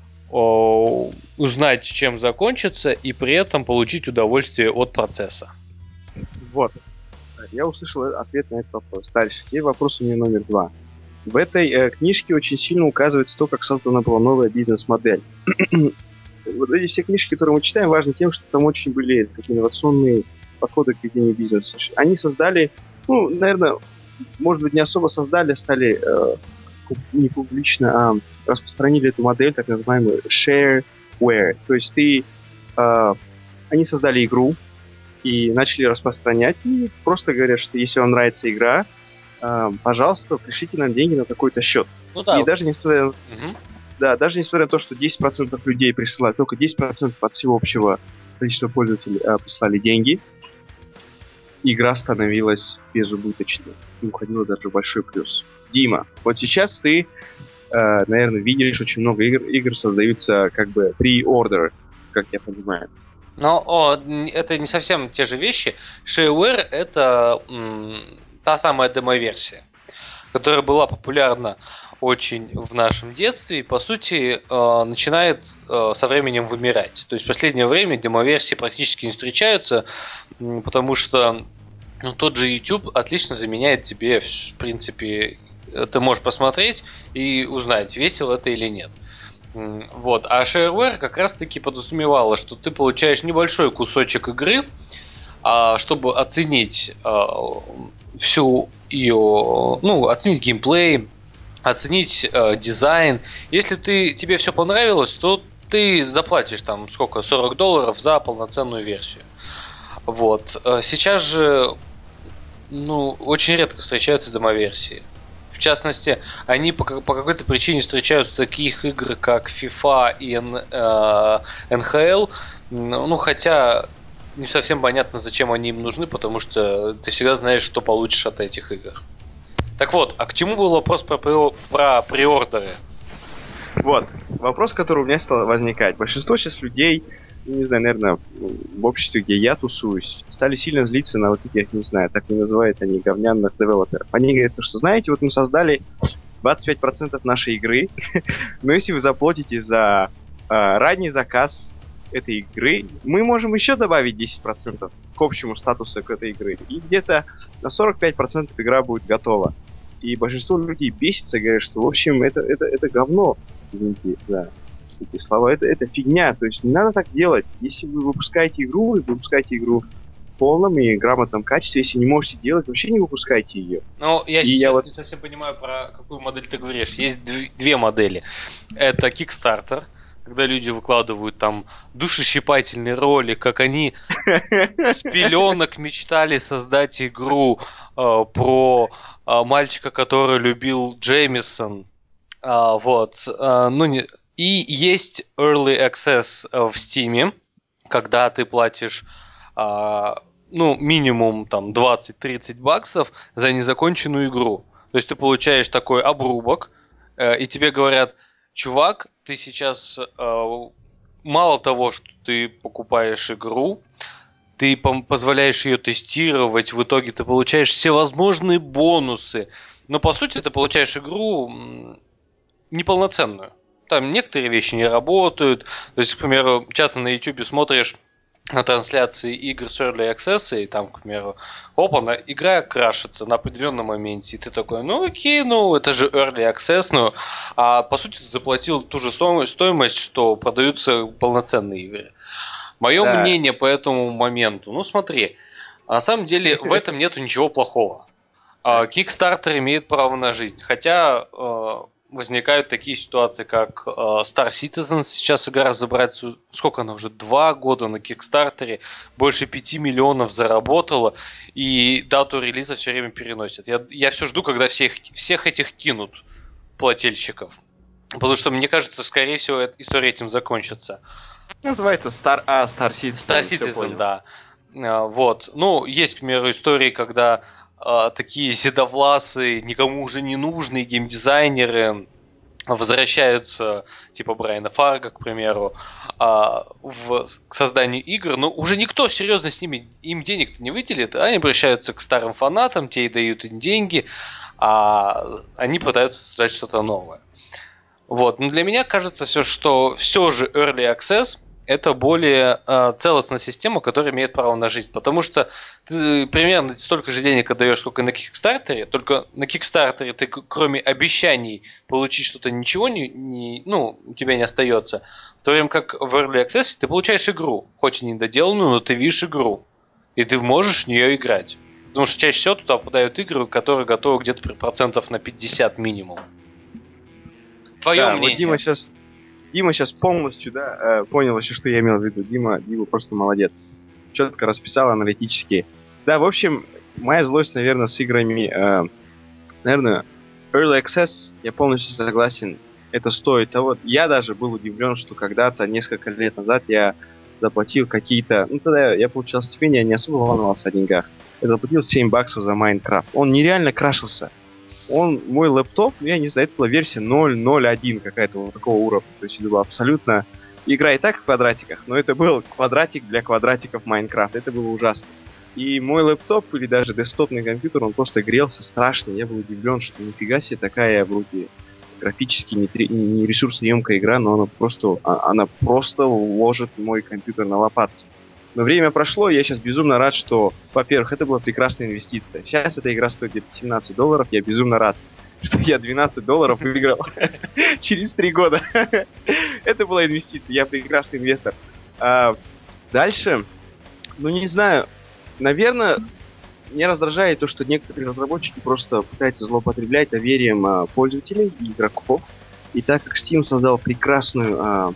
узнать, чем закончится, и при этом получить удовольствие от процесса. Вот. Я услышал ответ на этот вопрос. Дальше. Теперь вопрос у меня номер два. В этой э, книжке очень сильно указывается то, как создана была новая бизнес-модель. Вот эти все книжки, которые мы читаем, важны тем, что там очень были такие инновационные подходы к ведению бизнеса. Они создали, ну, наверное, может быть, не особо создали, стали э, не публично, а распространили эту модель, так называемую shareware. То есть ты, э, они создали игру и начали распространять, и просто говорят, что если вам нравится игра, э, пожалуйста, пришлите нам деньги на такой-то счет. Ну да. И даже несмотря, угу. да, даже несмотря на то, что десять процентов людей присылают, только десять процентов от всего общего количества пользователей э, прислали деньги, игра становилась безубыточной и уходила даже в большой плюс. Дима, вот сейчас ты, э, наверное, видишь, очень много игр, игр создаются как бы pre-order, как я понимаю. Но о, это не совсем те же вещи. Shareware это м, та самая демо-версия, которая была популярна очень в нашем детстве и, по сути, э, начинает э, со временем вымирать. То есть в последнее время демо-версии практически не встречаются, м, потому что ну, тот же YouTube отлично заменяет тебе, в принципе, ты можешь посмотреть и узнать, весело это или нет. Вот. А Shareware как раз таки подразумевало, что ты получаешь небольшой кусочек игры, чтобы оценить всю ее, ну, оценить геймплей, оценить дизайн. Если ты, тебе все понравилось, то ты заплатишь там сколько, сорок долларов за полноценную версию. Вот. Сейчас же, ну, очень редко встречаются демо-версии. В частности, они по, по какой-то причине встречаются в таких игр, как FIFA и эн эйч эл. Ну, хотя не совсем понятно, зачем они им нужны, потому что ты всегда знаешь, что получишь от этих игр. Так вот, а к чему был вопрос про, про, про приордеры? Вот, вопрос, который у меня стал возникать. Большинство сейчас людей, не знаю, наверное, в обществе, где я тусуюсь, стали сильно злиться на вот этих, не знаю, так не называют они, говняных девелоперов. Они говорят, что, знаете, вот мы создали двадцать пять процентов нашей игры, но если вы заплатите за э, ранний заказ этой игры, мы можем еще добавить десять процентов к общему статусу к этой игры. И где-то на сорок пять процентов игра будет готова. И большинство людей бесится и говорят, что, в общем, это, это, это говно. Извините за эти слова. Это, это фигня. То есть не надо так делать. Если вы выпускаете игру, вы выпускаете игру в полном и грамотном качестве. Если не можете делать, вообще не выпускайте ее. Ну, я и сейчас я вот... не совсем понимаю, про какую модель ты говоришь. Есть дв- две модели. Это Kickstarter, когда люди выкладывают там душещипательный ролик, как они с пеленок мечтали создать игру э, про э, мальчика, который любил Джеймисон. А, вот. А, ну, не... И есть Early Access в Steam, когда ты платишь а, ну, минимум там двадцать-тридцать баксов за незаконченную игру. То есть ты получаешь такой обрубок, э, и тебе говорят, чувак, ты сейчас э, мало того, что ты покупаешь игру, ты позволяешь ее тестировать, в итоге ты получаешь всевозможные бонусы. Но по сути ты получаешь игру неполноценную. Там некоторые вещи не работают. То есть, к примеру, часто на YouTube смотришь на трансляции игр с Early Access, и там, к примеру, опа, на, игра крашится на определенном моменте, и ты такой, ну окей, ну это же Early Access, ну, а по сути ты заплатил ту же стоимость, что продаются полноценные игры. Мое Да. мнение по этому моменту, ну смотри, на самом деле в этом нету ничего плохого. Kickstarter имеет право на жизнь, хотя возникают такие ситуации, как э, Star Citizen. Сейчас игра разобраться, сколько она уже, два года на Кикстартере, больше пяти миллионов заработала, и дату релиза все время переносят. Я, я все жду, когда всех, всех этих кинут плательщиков. Потому что, мне кажется, скорее всего, эта история этим закончится. Называется Star, а, Star Citizen. Star Citizen, да. А, вот. Ну, есть, к примеру, истории, когда а, такие седовласые, никому уже не нужные геймдизайнеры возвращаются, типа Брайана Фарга, к примеру, а, в, к созданию игр, но уже никто серьезно с ними, им денег не выделит, они обращаются к старым фанатам, те и дают им деньги, а они пытаются создать что-то новое. Вот. Но для меня кажется, все, что все же Early Access это более э, целостная система, которая имеет право на жизнь. Потому что ты примерно столько же денег отдаешь, сколько на Кикстартере, только на Кикстартере ты кроме обещаний получить что-то ничего не, не, ну, у тебя не остается. В то время как в Early Access ты получаешь игру, хоть и недоделанную, но ты видишь игру. И ты можешь в нее играть. Потому что чаще всего туда попадают игры, которые готовы где-то процентов на пятьдесят минимум. Твое да, мнение? Вот Дима сейчас, Дима сейчас полностью, да, понял вообще, что я имел в виду. Дима, Дима просто молодец. Четко расписал аналитически. Да, в общем, моя злость, наверное, с играми, э, наверное, Early Access, я полностью согласен, это стоит того. Я даже был удивлен, что когда-то, несколько лет назад, я заплатил какие-то... Ну, тогда я получал стипендию, я не особо волновался о деньгах. Я заплатил семь баксов за Майнкрафт. Он нереально крашился. Он, мой лэптоп, ну, я не знаю, это была версия ноль ноль один какая-то вот такого уровня. То есть это была абсолютно... Игра и так в квадратиках, но это был квадратик для квадратиков Майнкрафт. Это было ужасно. И мой лэптоп или даже десктопный компьютер, он просто грелся страшно. Я был удивлен, что нифига себе такая вроде графически не, не ресурсоемкая игра, но она просто, она просто ложит мой компьютер на лопатки. Но время прошло, и я сейчас безумно рад, что, во-первых, это была прекрасная инвестиция. Сейчас эта игра стоит где-то семнадцать долларов, я безумно рад, что я двенадцать долларов выиграл через три года. Это была инвестиция, я прекрасный инвестор. Дальше, ну не знаю, наверное, меня раздражает то, что некоторые разработчики просто пытаются злоупотреблять доверием пользователей и игроков. И так как Steam создал прекрасную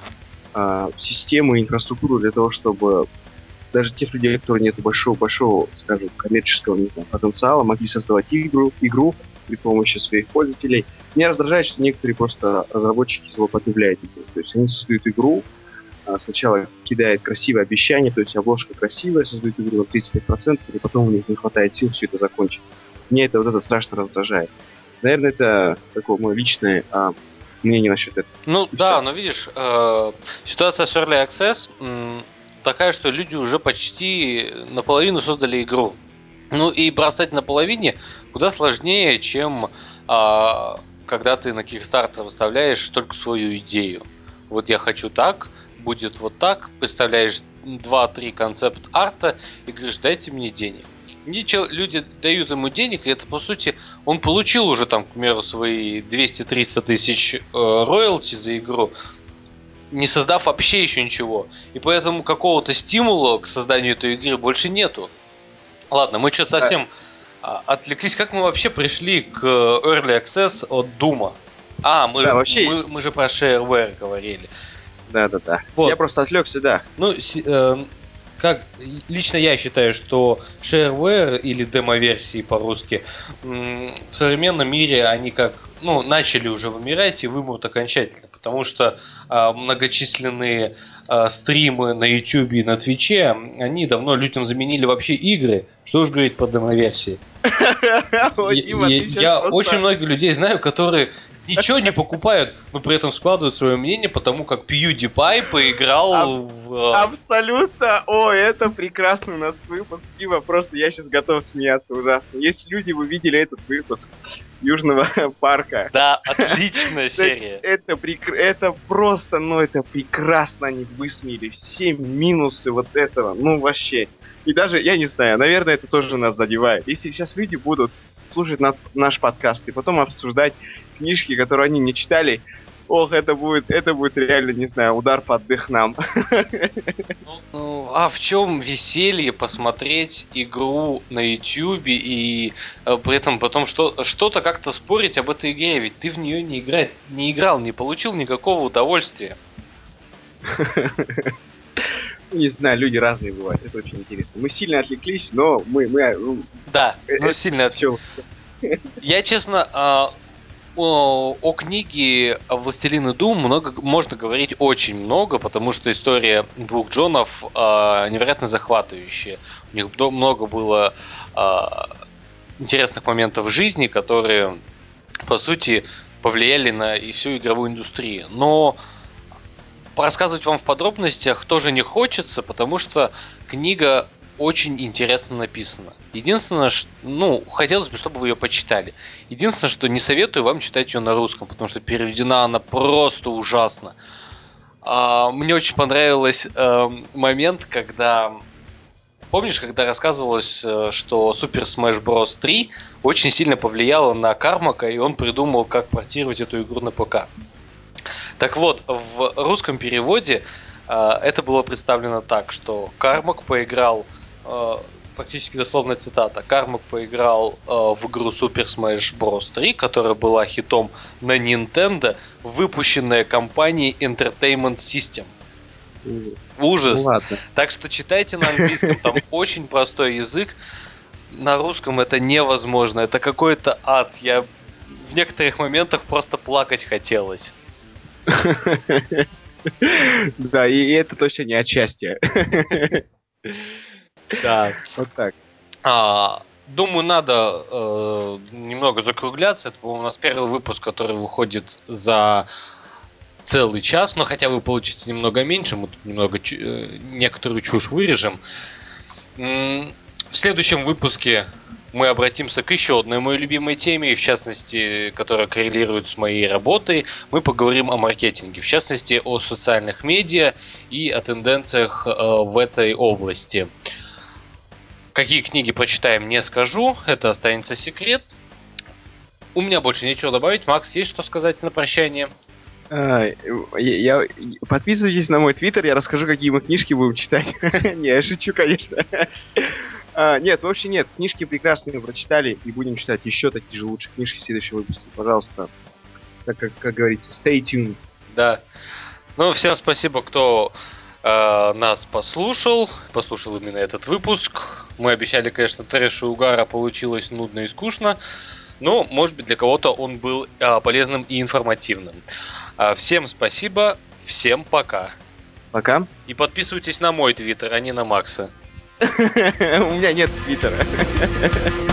систему и инфраструктуру для того, чтобы даже тех людей, у которых нет большого, большого, скажем, коммерческого, не знаю, потенциала, могли создавать игру, игру при помощи своих пользователей. Меня раздражает, что некоторые просто разработчики злоупотребляют этим. То есть они создают игру, сначала кидают красивое обещание, то есть обложка красивая, создают игру на тридцать пять процентов, и потом у них не хватает сил все это закончить. Мне это вот это страшно раздражает. Наверное, это такое мое личное а, мнение насчет этого. Ну И да, все. но видишь, э, ситуация с Early Access м, такая, что люди уже почти наполовину создали игру. Ну и бросать на половине куда сложнее, чем а, когда ты на Kickstarter выставляешь только свою идею. Вот я хочу так, будет вот так, представляешь два-три концепт-арта и говоришь, дайте мне денег. И чел- люди дают ему денег, и это по сути он получил уже там, к примеру, свои двести-триста тысяч э, роялти за игру, не создав вообще еще ничего. И поэтому какого-то стимула к созданию этой игры больше нету. Ладно, мы что-то совсем а, отвлеклись. Как мы вообще пришли к Early Access от Дума? А, мы, Да, вообще, мы, мы же про Shareware говорили. да-да-да. Я Вот. просто отвлекся, да. Ну, си- э, как лично я считаю, что shareware или демо-версии по-русски м, в современном мире они как ну начали уже вымирать и вымрут окончательно, потому что а, многочисленные а, стримы на YouTube и на Твиче они давно людям заменили вообще игры. Что уж говорить про демо-версии. О, И- Дима, и ты сейчас Я очень просто... многих людей знаю, которые ничего не покупают, но при этом складывают свое мнение, потому как PewDiePie Аб- поиграл в Абсолютно! О, это прекрасный у нас выпуск, Дима. Просто я сейчас готов смеяться ужасно. Если люди вы видели этот выпуск Южного парка, Да, отличная так серия. это, прек- это просто, ну, это прекрасно они высмеяли все минусы вот этого, ну, вообще. И даже, я не знаю, наверное, это тоже нас задевает. Если сейчас люди будут слушать на- наш подкаст и потом обсуждать книжки, которые они не читали, ох, это будет, это будет реально, не знаю, удар под дых нам. Ну, а в чем веселье посмотреть игру на YouTube и э, при этом потом что, что-то как-то спорить об этой игре, ведь ты в нее не, играть, не играл, не получил никакого удовольствия. Не знаю, люди разные бывают, это очень интересно. Мы сильно отвлеклись, но мы, мы, ну, Да, э- ну это сильно. все. Я, честно, а, о, о книге «Властелин Дум» много, можно говорить очень много, потому что история двух Джонов а, невероятно захватывающая. У них до- много было а, интересных моментов в жизни, которые, по сути, повлияли на и всю игровую индустрию. Но рассказывать вам в подробностях тоже не хочется, потому что книга очень интересно написана. Единственное, что, ну, хотелось бы, чтобы вы ее почитали. Единственное, что не советую вам читать ее на русском, потому что переведена она просто ужасно. А, мне очень понравился э, момент, когда помнишь, когда рассказывалось, э, что Super Smash Bros. три очень сильно повлияло на Кармака, и он придумал, как портировать эту игру на ПК. Так вот, в русском переводе э, это было представлено так, что Кармак поиграл, э, практически дословная цитата, Кармак поиграл э, в игру Super Smash Bros. три, которая была хитом на Nintendo, выпущенная компанией Entertainment System. Ужас. Ну Ужас. ладно. Так что читайте на английском, там очень простой язык. На русском это невозможно. Это какой-то ад. Я в некоторых моментах просто плакать хотелось. Да, и это точно не отчасти. Да. Вот так. А, думаю, надо э, немного закругляться. Это, по-моему, у нас первый выпуск, который выходит за целый час, но хотя вы получите немного меньше, мы тут немного чу- э, некоторую чушь вырежем. М, В следующем выпуске мы обратимся к еще одной моей любимой теме, в частности, которая коррелирует с моей работой. Мы поговорим о маркетинге, в частности, о социальных медиа и о тенденциях э, в этой области. Какие книги почитаем, не скажу, это останется секрет. У меня больше нечего добавить. Макс, есть что сказать на прощание? А, я, я- подписывайтесь на мой твиттер, я расскажу, какие мы книжки будем читать. Не, я шучу, конечно. А, Нет, вообще нет. Книжки прекрасные мы прочитали и будем читать еще такие же лучшие книжки в следующем выпуске. Пожалуйста, как, как, как говорится, stay tuned. Да. Ну, всем спасибо, кто э, нас послушал, послушал именно этот выпуск. Мы обещали, конечно, трэш и угара, получилось нудно и скучно. Ну, может быть, для кого-то он был а, полезным и информативным. А, всем спасибо, всем пока. Пока. И подписывайтесь на мой твиттер, а не на Макса. У меня нет твиттера.